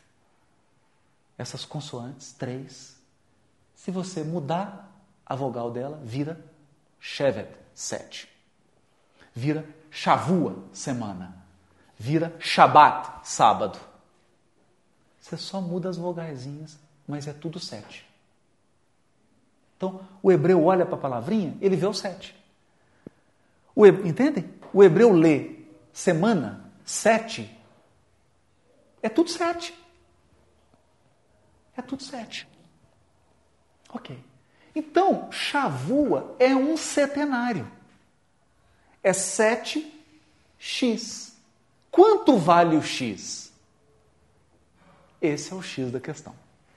essas consoantes, 3, se você mudar a vogal dela, vira shevet, 7. Vira shavua, semana. Vira shabat, sábado. Você só muda as vogaizinhas, mas é tudo 7. Então, o hebreu olha para a palavrinha, ele vê o 7. Entendem? O hebreu lê semana, 7. É tudo 7. É tudo 7. Ok. Então, Shavua é um setenário. É 7x. Quanto vale o x? Esse é o x da questão.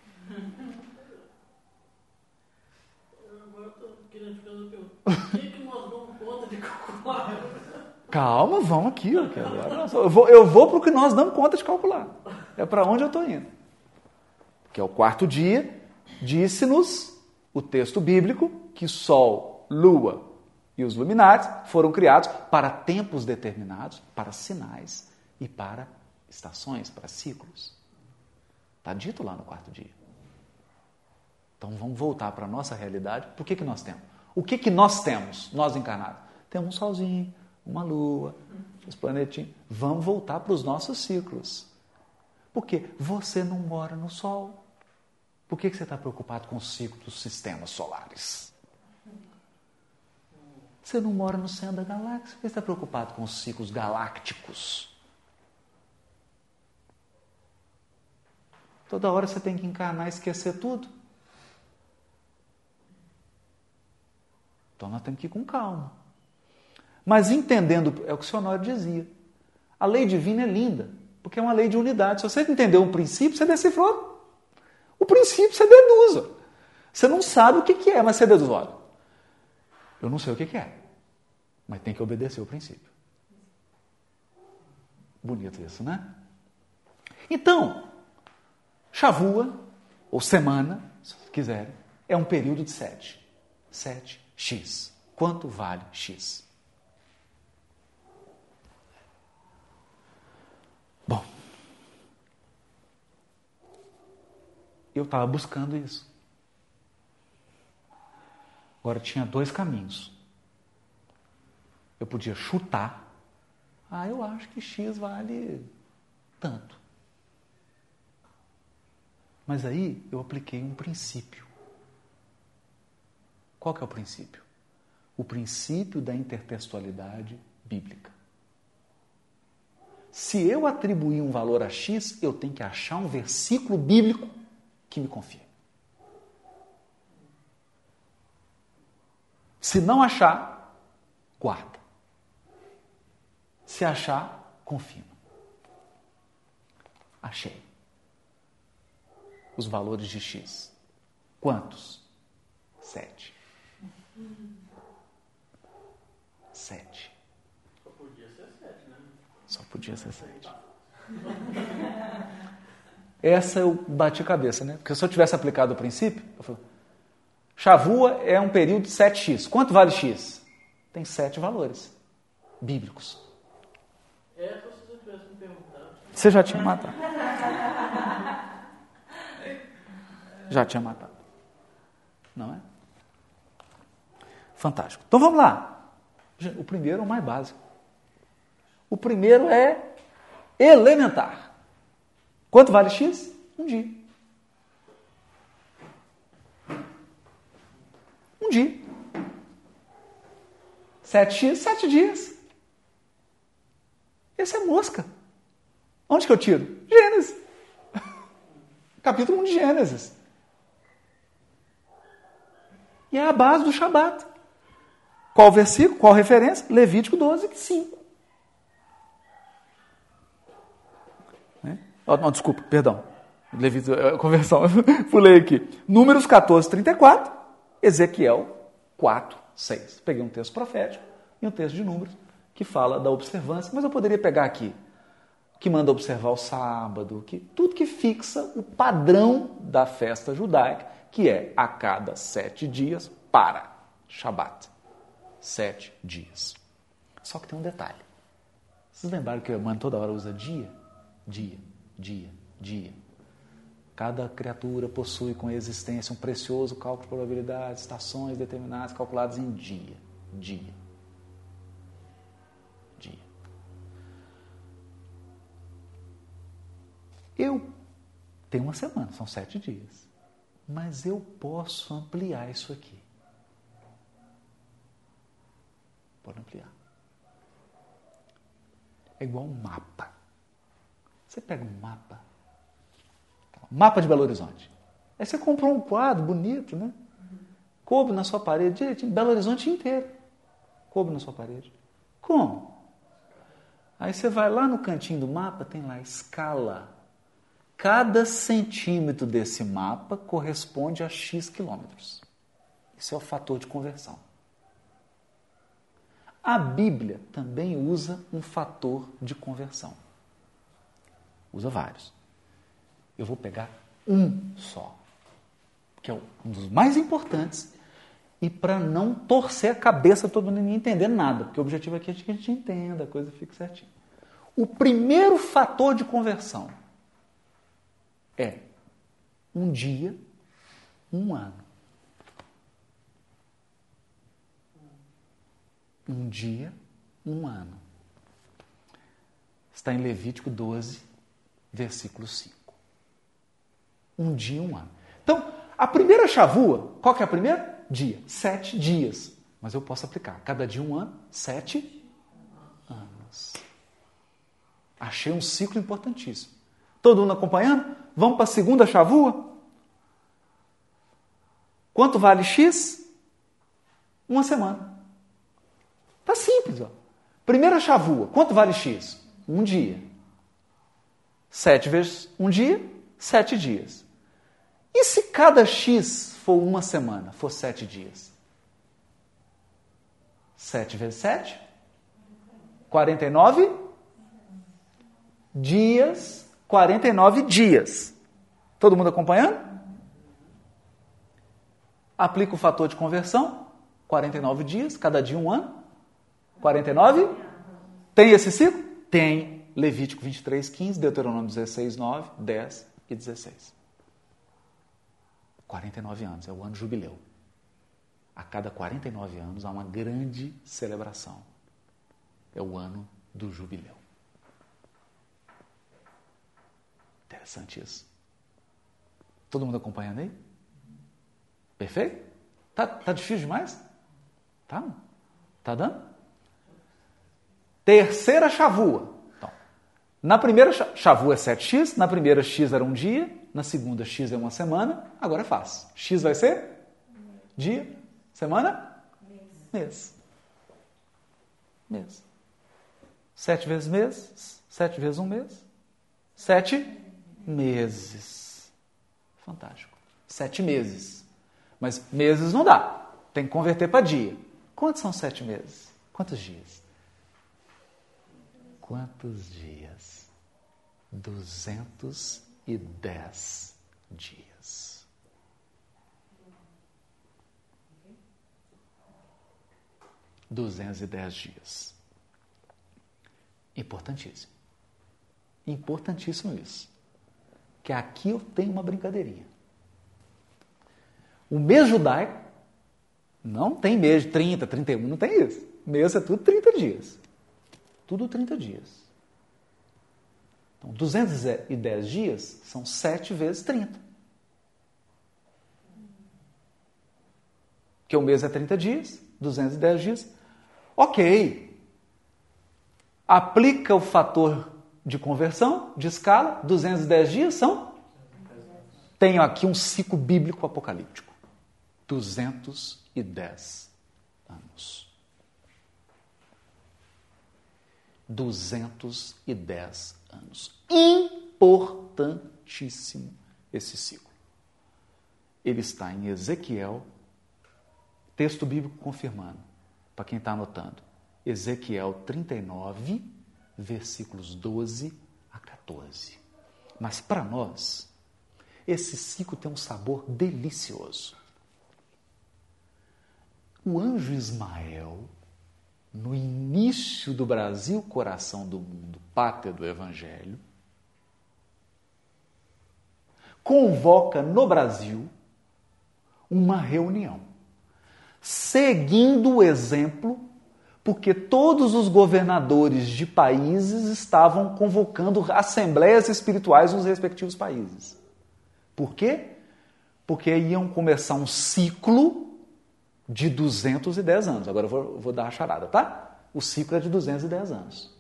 Agora eu estou querendo ficar na pergunta. Por que nós damos conta de calcular? Calma, vamos aqui. Eu vou para o que nós damos conta de calcular. É para onde eu estou indo. Que é o 4º dia, disse-nos o texto bíblico que Sol, Lua e os luminares foram criados para tempos determinados, para sinais e para estações, para ciclos. Está dito lá no 4º dia. Então vamos voltar para a nossa realidade. Por que nós temos? O que nós temos, nós encarnados? Temos um solzinho, uma lua, os planetinhos. Vamos voltar para os nossos ciclos. Porque você não mora no Sol. Por que você está preocupado com o ciclo dos sistemas solares? Você não mora no centro da galáxia. Por que você está preocupado com os ciclos galácticos? Toda hora você tem que encarnar e esquecer tudo. Então nós temos que ir com calma. Mas entendendo, é o que o Sr. Honório dizia, a lei divina é linda, porque é uma lei de unidade. Se você entendeu um princípio, você decifrou. O princípio você deduz. Ó. Você não sabe o que é, mas você deduz. Olha, eu não sei o que é, mas tem que obedecer o princípio. Bonito isso, né? Então, Shavua, ou semana, se quiserem, é um período de 7. 7x. Quanto vale x? Bom, eu estava buscando isso. Agora tinha 2 caminhos. Eu podia chutar. Eu acho que x vale tanto. Mas aí eu apliquei um princípio. Qual que é o princípio? O princípio da intertextualidade bíblica. Se eu atribuir um valor a x, eu tenho que achar um versículo bíblico que me confirme. Se não achar, guarda. Se achar, confirma. Achei. Os valores de x. Quantos? 7. 7. Só podia ser 7, né? Só podia ser 7. Essa eu bati a cabeça, né? Porque se eu tivesse aplicado o princípio, eu falei, Shavua é um período de 7x. Quanto vale x? Tem 7 valores bíblicos. Se você tivesse me perguntado. Você já tinha matado. Já tinha matado. Não é? Fantástico. Então vamos lá. O primeiro é o mais básico. O primeiro é elementar. Quanto vale x? Um dia. Um dia. 7x, 7 dias. Essa é mosca. Onde que eu tiro? Gênesis. Capítulo 1 de Gênesis. E é a base do Shabat. Qual versículo? Qual referência? Levítico 12, 5. Não, desculpa, perdão. Levítico, conversão, pulei aqui. Números 14, 34. Ezequiel 4, 6. Peguei um texto profético e um texto de números que fala da observância, mas eu poderia pegar aqui, que manda observar o sábado, tudo que fixa o padrão da festa judaica, que é a cada 7 dias para Shabat. 7 dias. Só que tem um detalhe. Vocês lembraram que o Emmanuel toda hora usa dia? Dia, dia, dia. Cada criatura possui com existência um precioso cálculo de probabilidades, estações determinadas, calculadas em dia. Dia. Dia. Eu tenho uma semana, são 7 dias. Mas eu posso ampliar isso aqui. Pode ampliar. É igual um mapa. Você pega um mapa de Belo Horizonte. Aí você comprou um quadro bonito, né? Coube na sua parede, direitinho, Belo Horizonte inteiro. Coube na sua parede. Como? Aí você vai lá no cantinho do mapa, tem lá escala. Cada centímetro desse mapa corresponde a X quilômetros. Isso é o fator de conversão. A Bíblia também usa um fator de conversão. Usa vários. Eu vou pegar um só, que é um dos mais importantes, e para não torcer a cabeça todo mundo e nem entender nada, porque o objetivo aqui é que a gente entenda, a coisa fique certinha. O primeiro fator de conversão é um dia, um ano. Um dia, um ano. Está em Levítico 12, versículo 5. Um dia, um ano. Então, a primeira chavua, qual que é a primeira? Dia. 7 dias. Mas eu posso aplicar. Cada dia, um ano, 7 anos. Achei um ciclo importantíssimo. Todo mundo acompanhando? Vamos para a segunda chavua? Quanto vale X? Uma semana. Tá simples, ó. Primeira chavua, quanto vale X? Um dia. 7 vezes um dia, 7 dias. E se cada X for uma semana, for 7 dias? 7 vezes 7? 49 dias. 49 dias. Todo mundo acompanhando? Aplica o fator de conversão. 49 dias, cada dia um ano. 49? Tem esse ciclo? Tem. Levítico 23, 15, Deuteronômio 16, 9, 10 e 16. 49 anos, é o ano jubileu. A cada 49 anos há uma grande celebração. É o ano do jubileu. Interessante isso. Todo mundo acompanhando aí? Perfeito? Tá difícil demais? Tá? Tá dando? Terceira chavua. Então, na primeira chavua é 7x, na primeira x era um dia, na segunda x é uma semana, agora é fácil. X vai ser? Dia, semana? Mês. Mês. 7 vezes mês, 7 vezes um mês, 7 meses. Fantástico. 7 meses. Mas meses não dá. Tem que converter para dia. Quantos são 7 meses? Quantos dias? Quantos dias? 210 dias. dias. Importantíssimo. Importantíssimo isso. Que aqui eu tenho uma brincadeirinha. O mês judaico não tem mês de 30, 31, não tem isso. Mês é tudo 30 dias. Tudo 30 dias. Então, 210 dias são 7 vezes 30. que o mês é 30 dias, 210 dias. Ok. Aplica o fator de conversão, de escala, 210 dias são? Tenho aqui um ciclo bíblico apocalíptico. 210 anos. 210 anos. Importantíssimo esse ciclo. Ele está em Ezequiel, texto bíblico confirmando, para quem está anotando. Ezequiel 39, versículos 12 a 14. Mas para nós, esse ciclo tem um sabor delicioso. O anjo Ismael, no início do Brasil, coração do mundo, pátria do Evangelho, convoca no Brasil uma reunião, seguindo o exemplo, porque todos os governadores de países estavam convocando assembleias espirituais nos respectivos países. Por quê? Porque iam começar um ciclo de 210 anos. Agora eu vou dar a charada, tá? O ciclo é de 210 anos.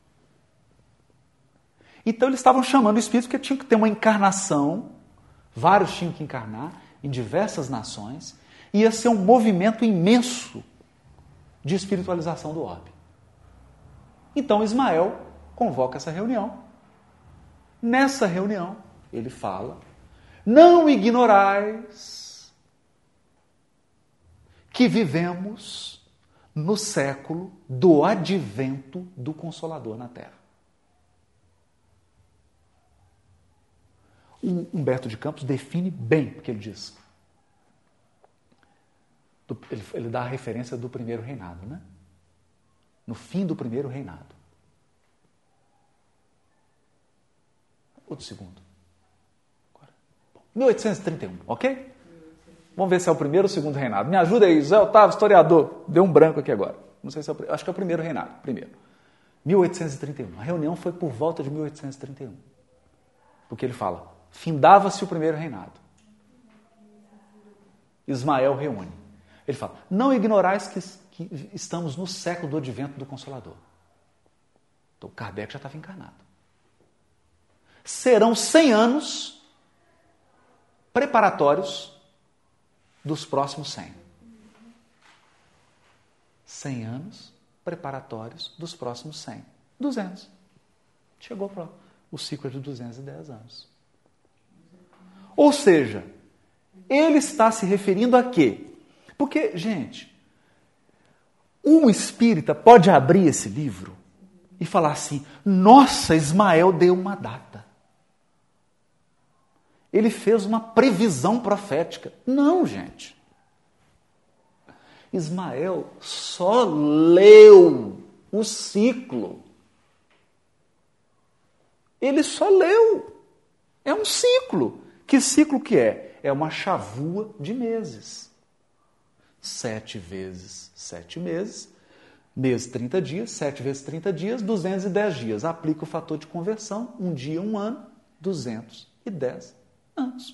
Então eles estavam chamando o Espírito porque tinha que ter uma encarnação, vários tinham que encarnar em diversas nações, ia ser um movimento imenso de espiritualização do orbe. Então Ismael convoca essa reunião. Nessa reunião, ele fala: não ignorais que vivemos no século do advento do Consolador na Terra. O Humberto de Campos define bem o que ele diz. Ele dá a referência do primeiro reinado, né? No fim do primeiro reinado. Ou do segundo? 1831, ok? Vamos ver se é o primeiro ou o segundo reinado. Me ajuda aí, José Otávio, historiador. Deu um branco aqui agora. Não sei se é o, acho que é o primeiro reinado. Primeiro. 1831. A reunião foi por volta de 1831. Porque ele fala: findava-se o primeiro reinado. Ismael reúne. Ele fala: não ignorais que estamos no século do advento do Consolador. Então Kardec já estava encarnado. Serão 100 anos preparatórios dos próximos 100. 100 anos preparatórios dos próximos 100. 200. Chegou para o ciclo de 210 anos. Ou seja, ele está se referindo a quê? Porque, gente, um espírita pode abrir esse livro e falar assim: nossa, Ismael deu uma data. Ele fez uma previsão profética. Não, gente. Ismael só leu o ciclo. Ele só leu. É um ciclo. Que ciclo que é? É uma chavua de meses. 7 vezes 7 meses. Mês 30 dias. 7 vezes 30 dias, 210 dias. Aplica o fator de conversão. Um dia, um ano. 210 anos.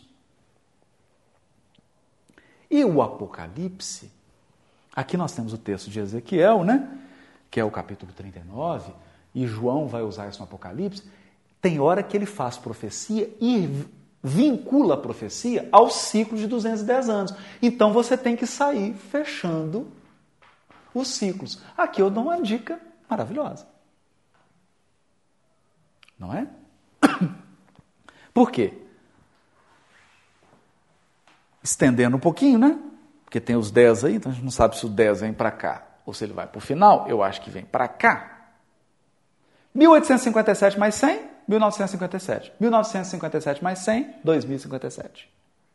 E o Apocalipse, aqui nós temos o texto de Ezequiel, né? Que é o capítulo 39, e João vai usar isso no Apocalipse. Tem hora que ele faz profecia e vincula a profecia ao ciclo de 210 anos. Então você tem que sair fechando os ciclos. Aqui eu dou uma dica maravilhosa. Não é? Por quê? Estendendo um pouquinho, né? Porque tem os 10 aí, então a gente não sabe se o 10 vem para cá ou se ele vai para o final. Eu acho que vem para cá. 1857 mais 100, 1957. 1957 mais 100, 2057.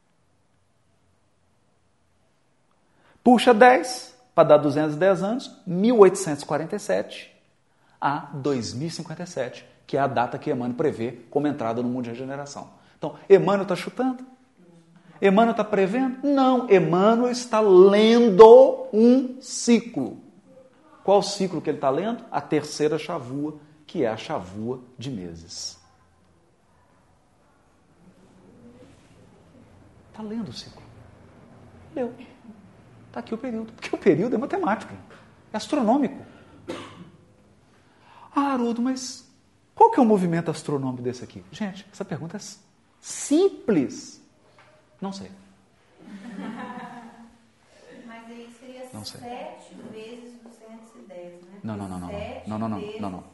Puxa 10 para dar 210 anos, 1847 a 2057, que é a data que Emmanuel prevê como entrada no mundo de regeneração. Então, Emmanuel está chutando? Emmanuel está prevendo? Não, Emmanuel está lendo um ciclo. Qual ciclo que ele está lendo? A terceira chavua, que é a chavua de meses. Está lendo o ciclo. Leu. Está aqui o período. Porque o período é matemático, é astronômico. Ah, Haroldo, mas qual que é o movimento astronômico desse aqui? Gente, essa pergunta é simples. Não sei. Mas aí seria Não sei. 7 vezes 210, né? Não.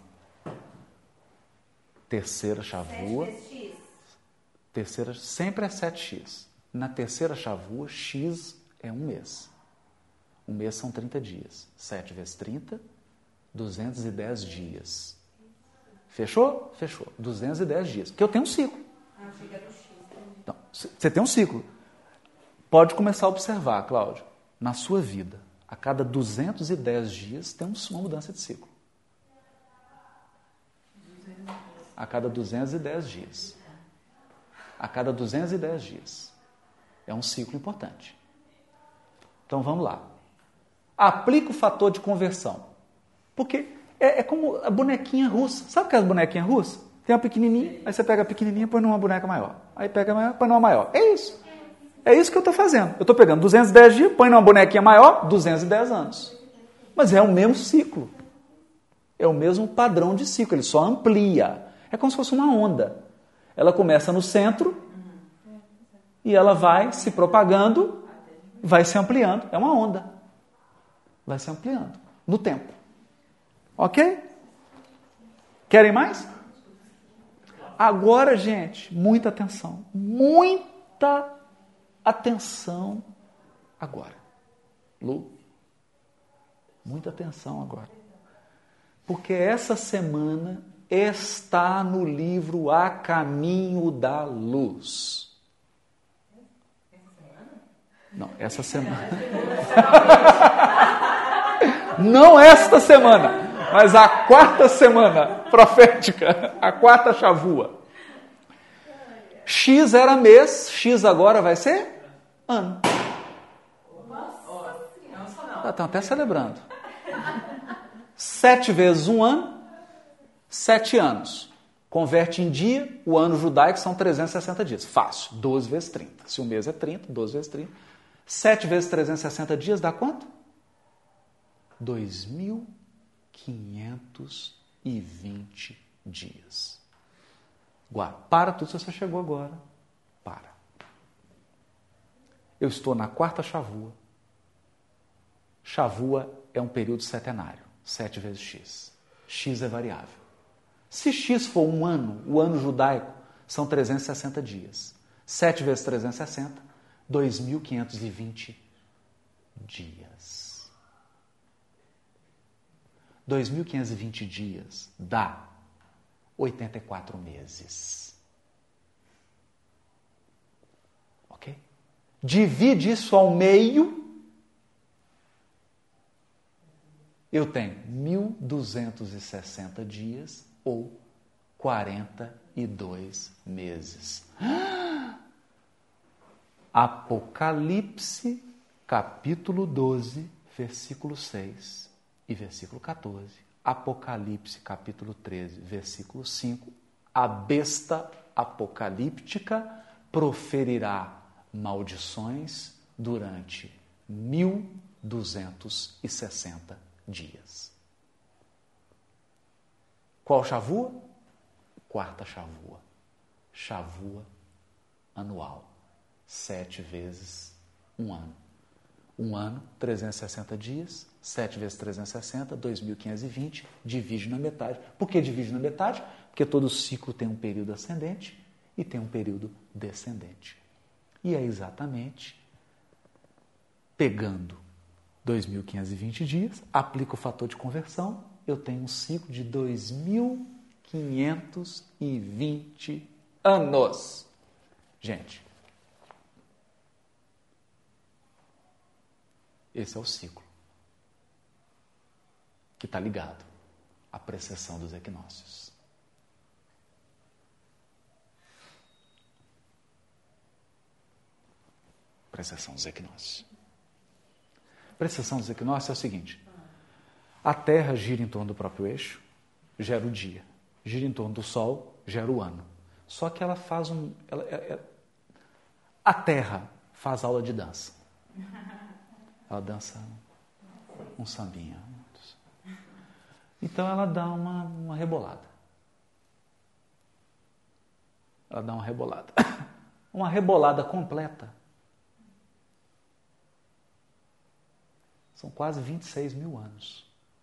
Terceira chavua. 7 vezes x? Terceira, sempre é 7x. Na terceira chavua, x é um mês. Um mês são 30 dias. 7 vezes 30, 210 dias. Fechou? Fechou. 210 dias. Porque eu tenho um ciclo. Chega no x. Então, você tem um ciclo. Pode começar a observar, Cláudio, na sua vida, a cada 210 dias tem uma mudança de ciclo. A cada 210 dias. A cada 210 dias. É um ciclo importante. Então vamos lá. Aplica o fator de conversão. Porque é como a bonequinha russa. Sabe aquela bonequinha russa? Tem uma pequenininha, aí você pega a pequenininha e põe numa boneca maior. Aí pega a maior, põe numa maior. É isso. É isso que eu estou fazendo. Eu estou pegando 210 dias, põe numa bonequinha maior, 210 anos. Mas é o mesmo ciclo. É o mesmo padrão de ciclo, ele só amplia. É como se fosse uma onda. Ela começa no centro e ela vai se propagando, vai se ampliando. É uma onda. Vai se ampliando no tempo. Ok? Querem mais? Agora, gente, muita atenção. Muita atenção agora. Lu, muita atenção agora. Porque essa semana está no livro A Caminho da Luz. Não, essa semana. Não esta semana, mas a quarta semana profética, a quarta chavua. X era mês, X agora vai ser ano. Estão até celebrando. 7 vezes um ano, 7 anos. Converte em dia, o ano judaico são 360 dias. Fácil, 12 vezes 30. Se o mês é 30, 12 vezes 30. 7 vezes 360 dias dá quanto? 2.520 dias. Para tudo se você chegou agora. Para. Eu estou na quarta chavua. Chavua é um período setenário. 7 vezes x. X é variável. Se x for um ano, o ano judaico são 360 dias. 7 vezes 360, 2.520 dias. 2.520 dias dá 84 meses. Ok? Divide isso ao meio. Eu tenho 1.260 dias ou 42 meses. Apocalipse, capítulo 12, versículo 6 e versículo 14. Apocalipse, capítulo 13, versículo 5. A besta apocalíptica proferirá maldições durante 1.260 dias. Qual chavua? Quarta chavua. Chavua anual. 7 vezes um ano. Um ano, 360 dias. 7 vezes 360, 2.520. Divide na metade. Por que divide na metade? Porque todo ciclo tem um período ascendente e tem um período descendente. E é exatamente pegando 2.520 dias, aplico o fator de conversão, eu tenho um ciclo de 2.520 anos. Gente, esse é o ciclo que está ligado à precessão dos equinócios. Precessão dos equinócios. Precessão dos equinócios é o seguinte: a Terra gira em torno do próprio eixo, gera o dia. Gira em torno do Sol, gera o ano. Só que ela faz a Terra faz aula de dança. Ela dança um sambinha. Então ela dá uma rebolada. Ela dá uma rebolada. Uma rebolada completa. São quase 26 mil anos.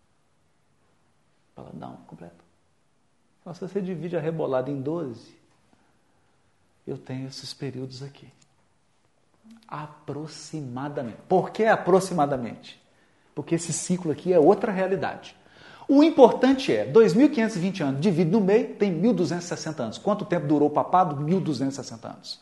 Ela dá uma completa. Então, se você divide a rebolada em 12, eu tenho esses períodos aqui. Aproximadamente. Por que aproximadamente? Porque esse ciclo aqui é outra realidade. O importante é, 2.520 anos, divide no meio, tem 1.260 anos. Quanto tempo durou o papado? 1.260 anos.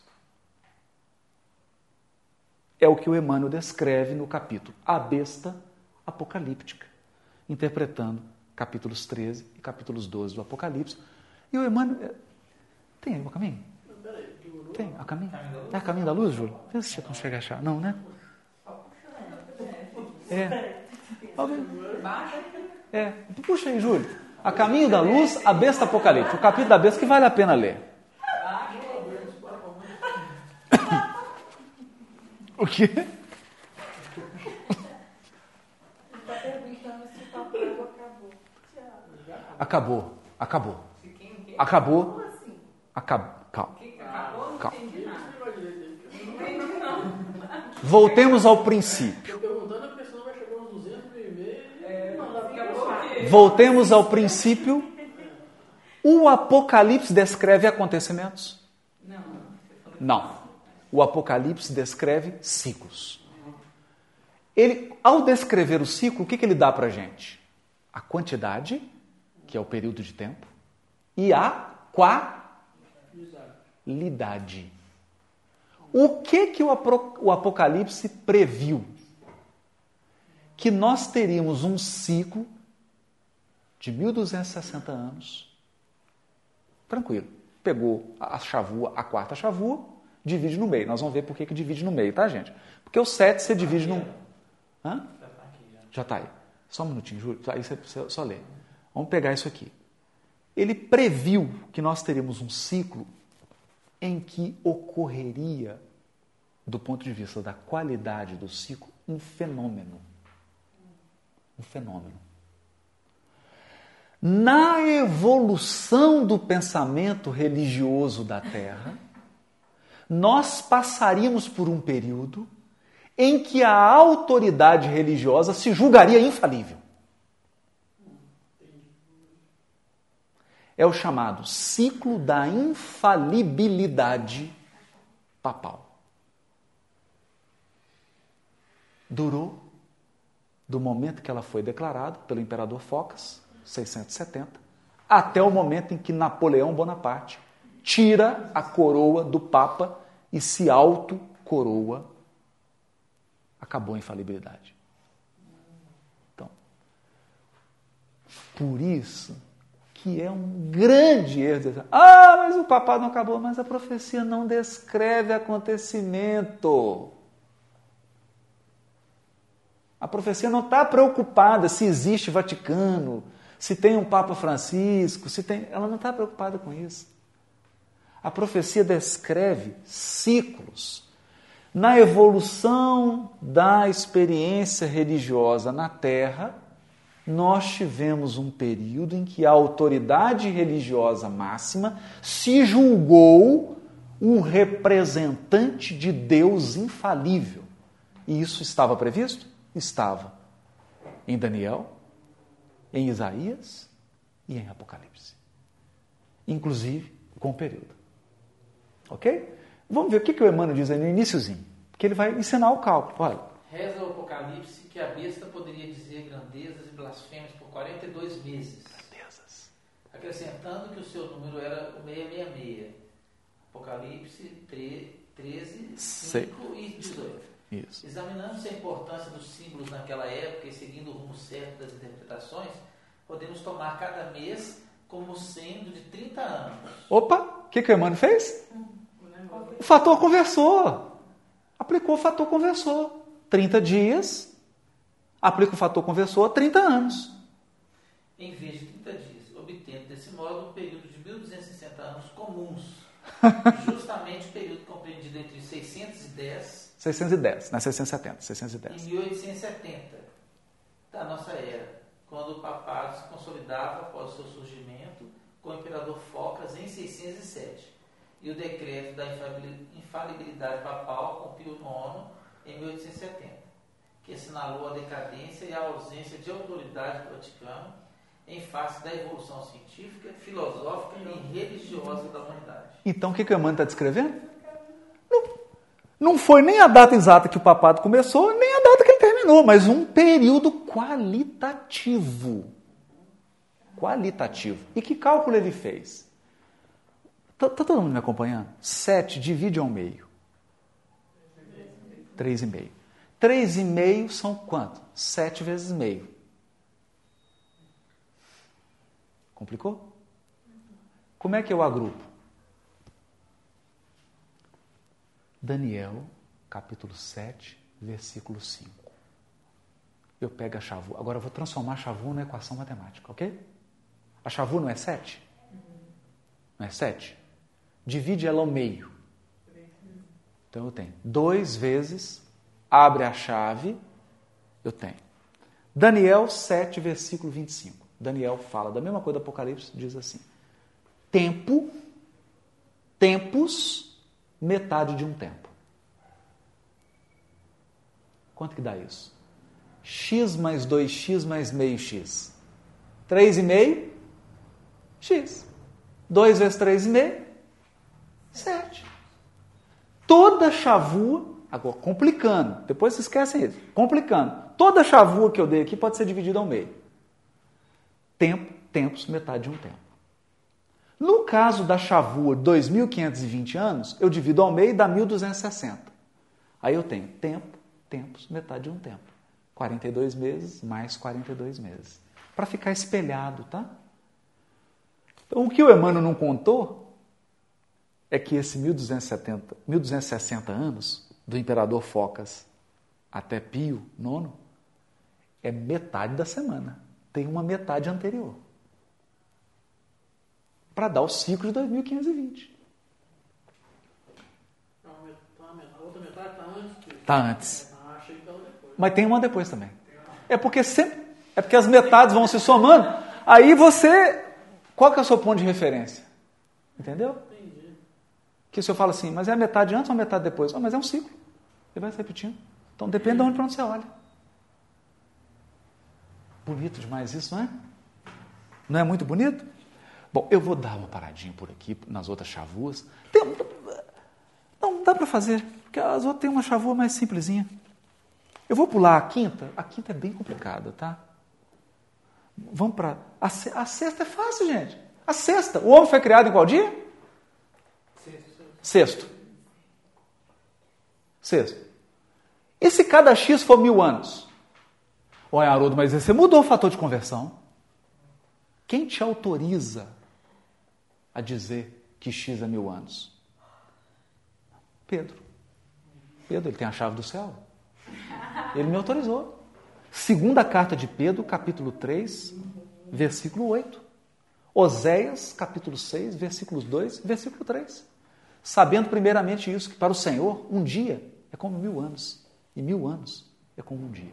É o que o Emmanuel descreve no capítulo A Besta Apocalíptica, interpretando capítulos 13 e capítulos 12 do Apocalipse. E o Emmanuel... Tem aí o caminho? Tem, a caminho? É a caminho da luz, Júlio? Vê se você consegue achar. Não, né? Puxa aí, Júlio. A caminho da luz, a besta apocalipse. O capítulo da besta que vale a pena ler. O quê? Acabou. Calma. Voltemos ao princípio. Voltemos ao princípio. O Apocalipse descreve acontecimentos? Não. O Apocalipse descreve ciclos. Ele, ao descrever o ciclo, o que ele dá para a gente? A quantidade, que é o período de tempo, e a qualidade. O que o Apocalipse previu? Que nós teríamos um ciclo de 1.260 anos. Tranquilo. Pegou a chavua, a quarta chavua, divide no meio. Nós vamos ver por que divide no meio, tá, gente? Porque o 7 você divide no... Hã? Já está aí. Só um minutinho, Júlio. Aí você só lê. Vamos pegar isso aqui. Ele previu que nós teríamos um ciclo em que ocorreria, do ponto de vista da qualidade do ciclo, um fenômeno. Um fenômeno. Na evolução do pensamento religioso da Terra, nós passaríamos por um período em que a autoridade religiosa se julgaria infalível. É o chamado ciclo da infalibilidade papal. Durou do momento que ela foi declarada pelo imperador Focas, 670, até o momento em que Napoleão Bonaparte tira a coroa do Papa e se auto-coroa. Acabou a infalibilidade. Então, por isso que é um grande erro. Mas o papado não acabou. Mas a profecia não descreve acontecimento. A profecia não está preocupada se existe Vaticano, se tem um Papa Francisco, ela não está preocupada com isso. A profecia descreve ciclos. Na evolução da experiência religiosa na Terra, nós tivemos um período em que a autoridade religiosa máxima se julgou um representante de Deus infalível. E isso estava previsto? Estava em Daniel, em Isaías e em Apocalipse. Inclusive com o período. Ok? Vamos ver o que o Emmanuel diz aí no iniciozinho. Que ele vai ensinar o cálculo. Olha. Reza o Apocalipse que a besta poderia dizer grandezas e blasfêmias por 42 meses. Grandezas. Acrescentando que o seu número era o 666. Apocalipse 13, 5 e 18. Isso. Examinando-se a importância dos símbolos naquela época e seguindo o rumo certo das interpretações, podemos tomar cada mês como sendo de 30 anos. Opa! O que o Emmanuel fez? O fator conversor. Aplicou o fator conversor. 30 dias, aplica o fator conversor, 30 anos. Em vez de 30 dias, obtendo desse modo um período de 1.260 anos comuns. justamente o período compreendido entre 610 610, não é 670, e 610. 1870 da nossa era, quando o papado se consolidava após o seu surgimento com o imperador Focas em 607 e o decreto da infalibilidade papal com Pio IX em 1870, que assinalou a decadência e a ausência de autoridade do Vaticano em face da evolução científica, filosófica e religiosa da humanidade. Então, o que o Emmanuel está descrevendo? Não foi nem a data exata que o papado começou, nem a data que ele terminou, mas um período qualitativo. Qualitativo. E que cálculo ele fez? Está todo mundo me acompanhando? 7 divide ao meio. 3,5. 3,5 são quanto? 7 vezes meio. Complicou? Como é que eu agrupo? Daniel, capítulo 7, versículo 5. Eu pego a chavua. Agora eu vou transformar a chavua na equação matemática, ok? A chavua não é 7? Não é 7? Divide ela ao meio. Então eu tenho 2 vezes, abre a chave, eu tenho. Daniel 7, versículo 25. Daniel fala da mesma coisa do Apocalipse, diz assim: tempos, metade de um tempo. Quanto que dá isso? X mais 2x mais meio x. 3,5 x. 2 vezes 3,5, 7. Toda chavua, agora complicando, depois vocês esquecem isso, complicando. Toda chavua que eu dei aqui pode ser dividida ao meio. Tempos, metade de um tempo. No caso da chavua 2.520 anos, eu divido ao meio e dá 1.260. Aí eu tenho tempos, metade de um tempo. 42 meses mais 42 meses. Para ficar espelhado, tá? Então, o que o Emmanuel não contou é que esse 1.260 anos, do imperador Focas até Pio IX, é metade da semana. Tem uma metade anterior. Para dar o ciclo de 2.520. A outra metade está antes disso. Está antes. Achei que estava depois. Mas tem uma depois também. É porque as metades vão se somando. Aí você... Qual que é o seu ponto de referência? Entendeu? Entendi. Que se eu falo assim, mas é a metade antes ou a metade depois? Mas é um ciclo. Ele vai se repetindo. Então depende de onde para onde você olha. Bonito demais isso, não é? Não é muito bonito? Bom, eu vou dar uma paradinha por aqui, nas outras chavuas. Não, dá para fazer, porque as outras têm uma chavua mais simplesinha. Eu vou pular a quinta é bem complicada, tá? Vamos para... A sexta é fácil, gente. A sexta. O homem foi criado em qual dia? Sexto. E se cada X for 1.000 anos? Olha, Haroldo, mas você mudou o fator de conversão. Quem te autoriza a dizer que X é 1.000 anos? Pedro, ele tem a chave do céu. Ele me autorizou. Segunda carta de Pedro, capítulo 3, versículo 8. Oséias, capítulo 6, versículos 2, versículo 3. Sabendo primeiramente isso, que para o Senhor, um dia é como 1.000 anos. E 1.000 anos é como um dia.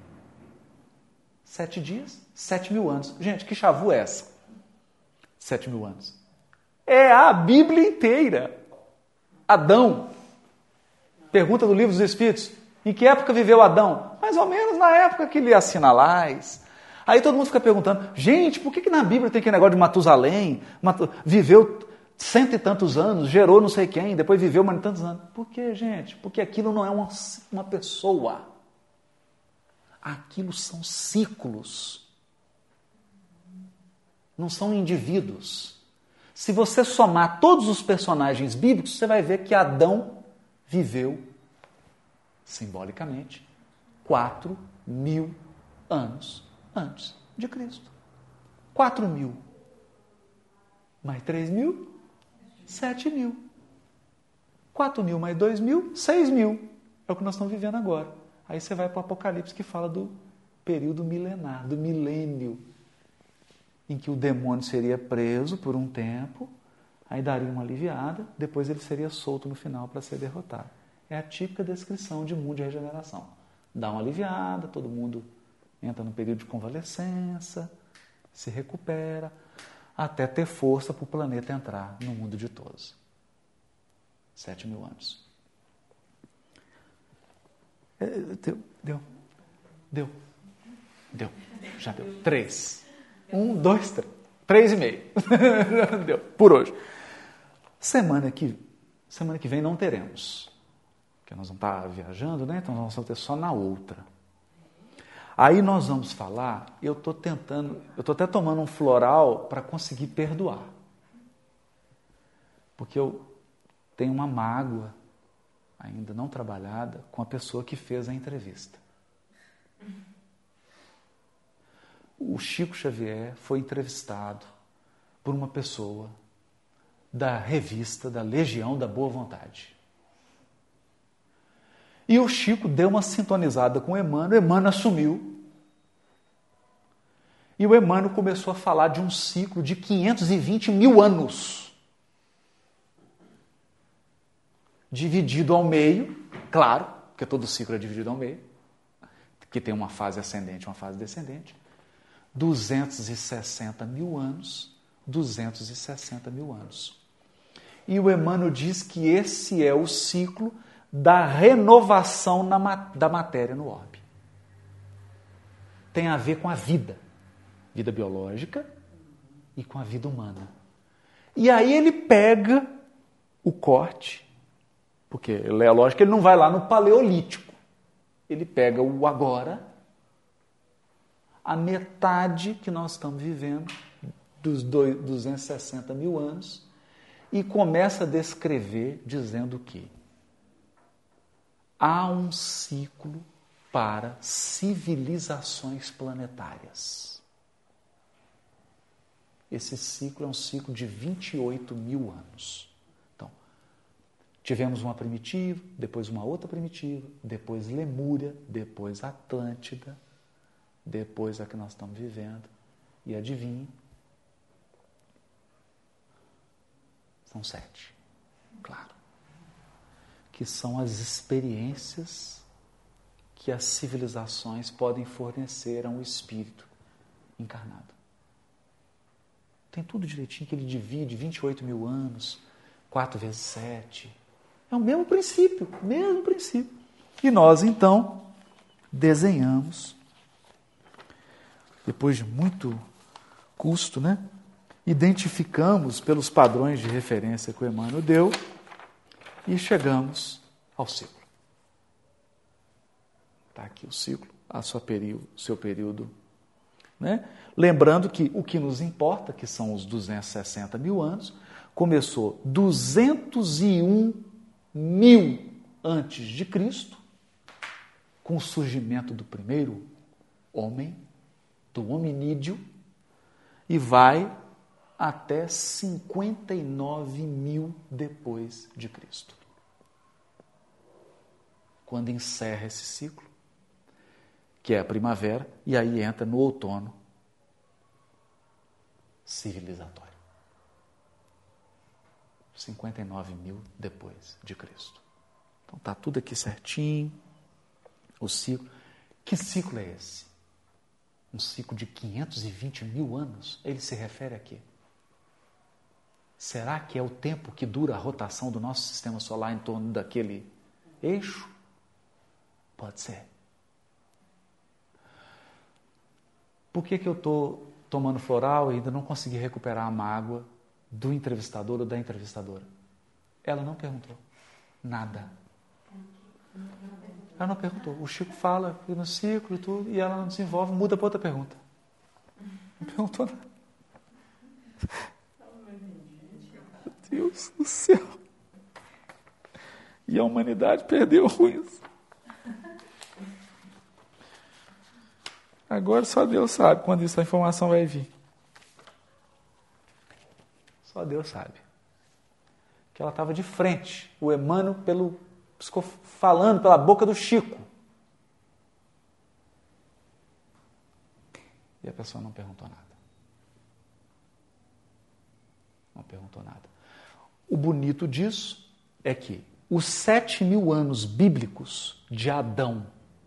7 dias, 7.000 anos. Gente, que chavu é essa? 7.000 anos. É a Bíblia inteira. Adão. Pergunta do Livro dos Espíritos. Em que época viveu Adão? Mais ou menos na época que lhe assinalais. Aí todo mundo fica perguntando, gente, por que na Bíblia tem aquele negócio de Matusalém? Viveu 100 e tantos anos, gerou não sei quem, depois viveu mais tantos anos. Por quê, gente? Porque aquilo não é uma pessoa. Aquilo são ciclos. Não são indivíduos. Se você somar todos os personagens bíblicos, você vai ver que Adão viveu, simbolicamente, 4.000 anos antes de Cristo. 4.000. Mais 3.000, 7.000. 4.000 mais 2.000, 6.000. É o que nós estamos vivendo agora. Aí você vai para o Apocalipse que fala do período milenar, do milênio, em que o demônio seria preso por um tempo, Aí daria uma aliviada, depois ele seria solto no final para ser derrotado. É a típica descrição de mundo de regeneração. Dá uma aliviada, todo mundo entra num período de convalescença, se recupera, até ter força para o planeta entrar no mundo ditoso. 7.000 anos. Deu. Já deu. 3. 1, 2, 3. 3,5. Deu. Por hoje. Semana que vem não teremos. Porque nós vamos estar viajando, né? Então nós vamos ter só na outra. Aí nós vamos falar, eu estou até tomando um floral para conseguir perdoar. Porque eu tenho uma mágoa ainda não trabalhada com a pessoa que fez a entrevista. O Chico Xavier foi entrevistado por uma pessoa da revista da Legião da Boa Vontade. E o Chico deu uma sintonizada com o Emmanuel assumiu. E o Emmanuel começou a falar de um ciclo de 520.000 anos. Dividido ao meio, claro, porque todo ciclo é dividido ao meio, que tem uma fase ascendente e uma fase descendente. 260.000 anos, 260.000 anos. E o Emmanuel diz que esse é o ciclo da renovação da matéria no orbe. Tem a ver com a vida biológica e com a vida humana. E aí ele pega o corte, porque é lógico que ele não vai lá no Paleolítico. Ele pega o agora, a metade que nós estamos vivendo, dos 260.000 anos, e começa a descrever dizendo que há um ciclo para civilizações planetárias. Esse ciclo é um ciclo de 28.000 anos. Então, tivemos uma primitiva, depois uma outra primitiva, depois Lemúria, depois Atlântida, depois a que nós estamos vivendo. E adivinhe? São 7. Claro. Que são as experiências que as civilizações podem fornecer a um espírito encarnado. Tem tudo direitinho, que ele divide 28.000 anos, 4 vezes 7. É o mesmo princípio, mesmo princípio. E nós, então, desenhamos, depois de muito custo, né? Identificamos pelos padrões de referência que o Emmanuel deu e chegamos ao ciclo. Está aqui o ciclo, seu período. Né? Lembrando que o que nos importa, que são os 260.000 anos, começou 201.000 antes de Cristo, com o surgimento do primeiro homem, do hominídeo, e vai até 59.000 depois de Cristo. Quando encerra esse ciclo, que é a primavera, e aí entra no outono civilizatório. 59.000 depois de Cristo. Então está tudo aqui certinho, o ciclo. Que ciclo é esse? Um ciclo de 520.000 anos? Ele se refere a quê? Será que é o tempo que dura a rotação do nosso sistema solar em torno daquele eixo? Pode ser. Por que eu estou tomando floral e ainda não consegui recuperar a mágoa do entrevistador ou da entrevistadora? Ela não perguntou nada. Ela não perguntou. O Chico fala no ciclo e tudo, e ela não desenvolve, muda para outra pergunta. Não perguntou nada. Meu Deus do céu. E a humanidade perdeu isso. Agora só Deus sabe quando essa informação vai vir. Só Deus sabe. Que ela estava de frente. O Emmanuel ficou falando pela boca do Chico. E a pessoa não perguntou nada. Não perguntou nada. O bonito disso é que os 7.000 anos bíblicos de Adão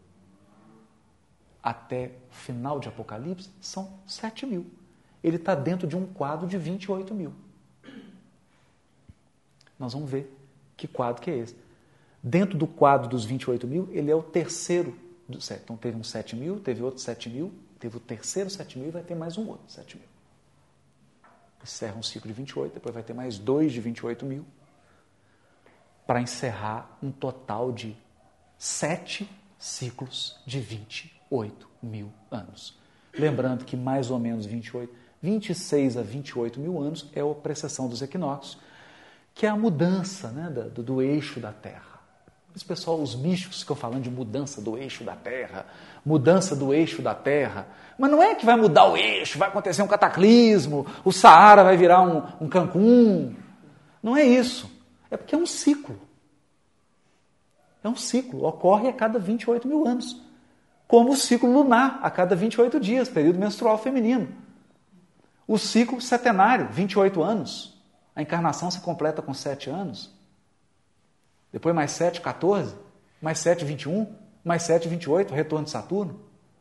até o final de Apocalipse são 7.000. Ele está dentro de um quadro de 28.000. Nós vamos ver que quadro que é esse. Dentro do quadro dos 28.000, ele é o terceiro do 7. Então teve um 7.000, teve outro 7.000, teve o terceiro 7.000 e vai ter mais um outro 7.000. Encerra um ciclo de 28, depois vai ter mais 2 de 28.000, para encerrar um total de 7 ciclos de 28.000 anos. Lembrando que mais ou menos 26 a 28.000 anos é a precessão dos equinócios, que é a mudança, né, do eixo da Terra. Esse pessoal, os místicos ficam falando de mudança do eixo da Terra, mudança do eixo da Terra. Mas não é que vai mudar o eixo, vai acontecer um cataclismo, o Saara vai virar um Cancún. Não é isso. É porque é um ciclo. É um ciclo. Ocorre a cada 28.000 anos. Como o ciclo lunar, a cada 28 dias, período menstrual feminino. O ciclo setenário, 28 anos. A encarnação se completa com 7 anos. Depois mais 7, 14. Mais 7, 21. Mais 7, 28, retorno de Saturno.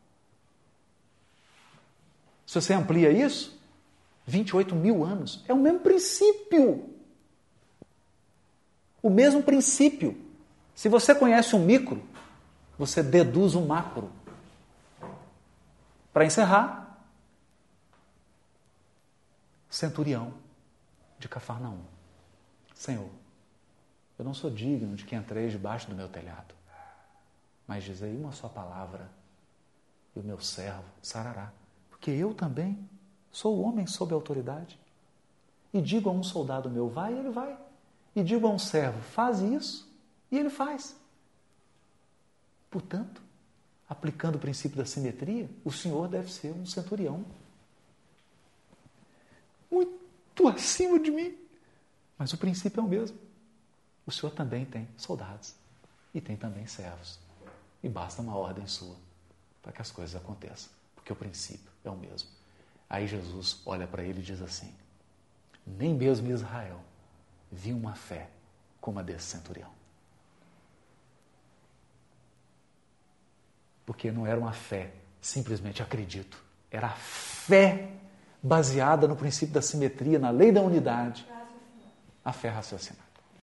Se você amplia isso, 28.000 anos. É o mesmo princípio. O mesmo princípio. Se você conhece um micro, você deduz um macro. Para encerrar, centurião de Cafarnaum. Senhor, eu não sou digno de que entreis debaixo do meu telhado, mas dizei uma só palavra e o meu servo sarará, porque eu também sou homem sob autoridade. E digo a um soldado meu, vai, e ele vai. E digo a um servo, faz isso, e ele faz. Portanto, aplicando o princípio da simetria, o Senhor deve ser um centurião muito acima de mim. Mas o princípio é o mesmo. O Senhor também tem soldados e tem também servos. E basta uma ordem sua para que as coisas aconteçam, porque o princípio é o mesmo. Aí Jesus olha para ele e diz assim, nem mesmo Israel viu uma fé como a desse centurião. Porque não era uma fé, simplesmente acredito. Era a fé baseada no princípio da simetria, na lei da unidade. A fé raciocinada.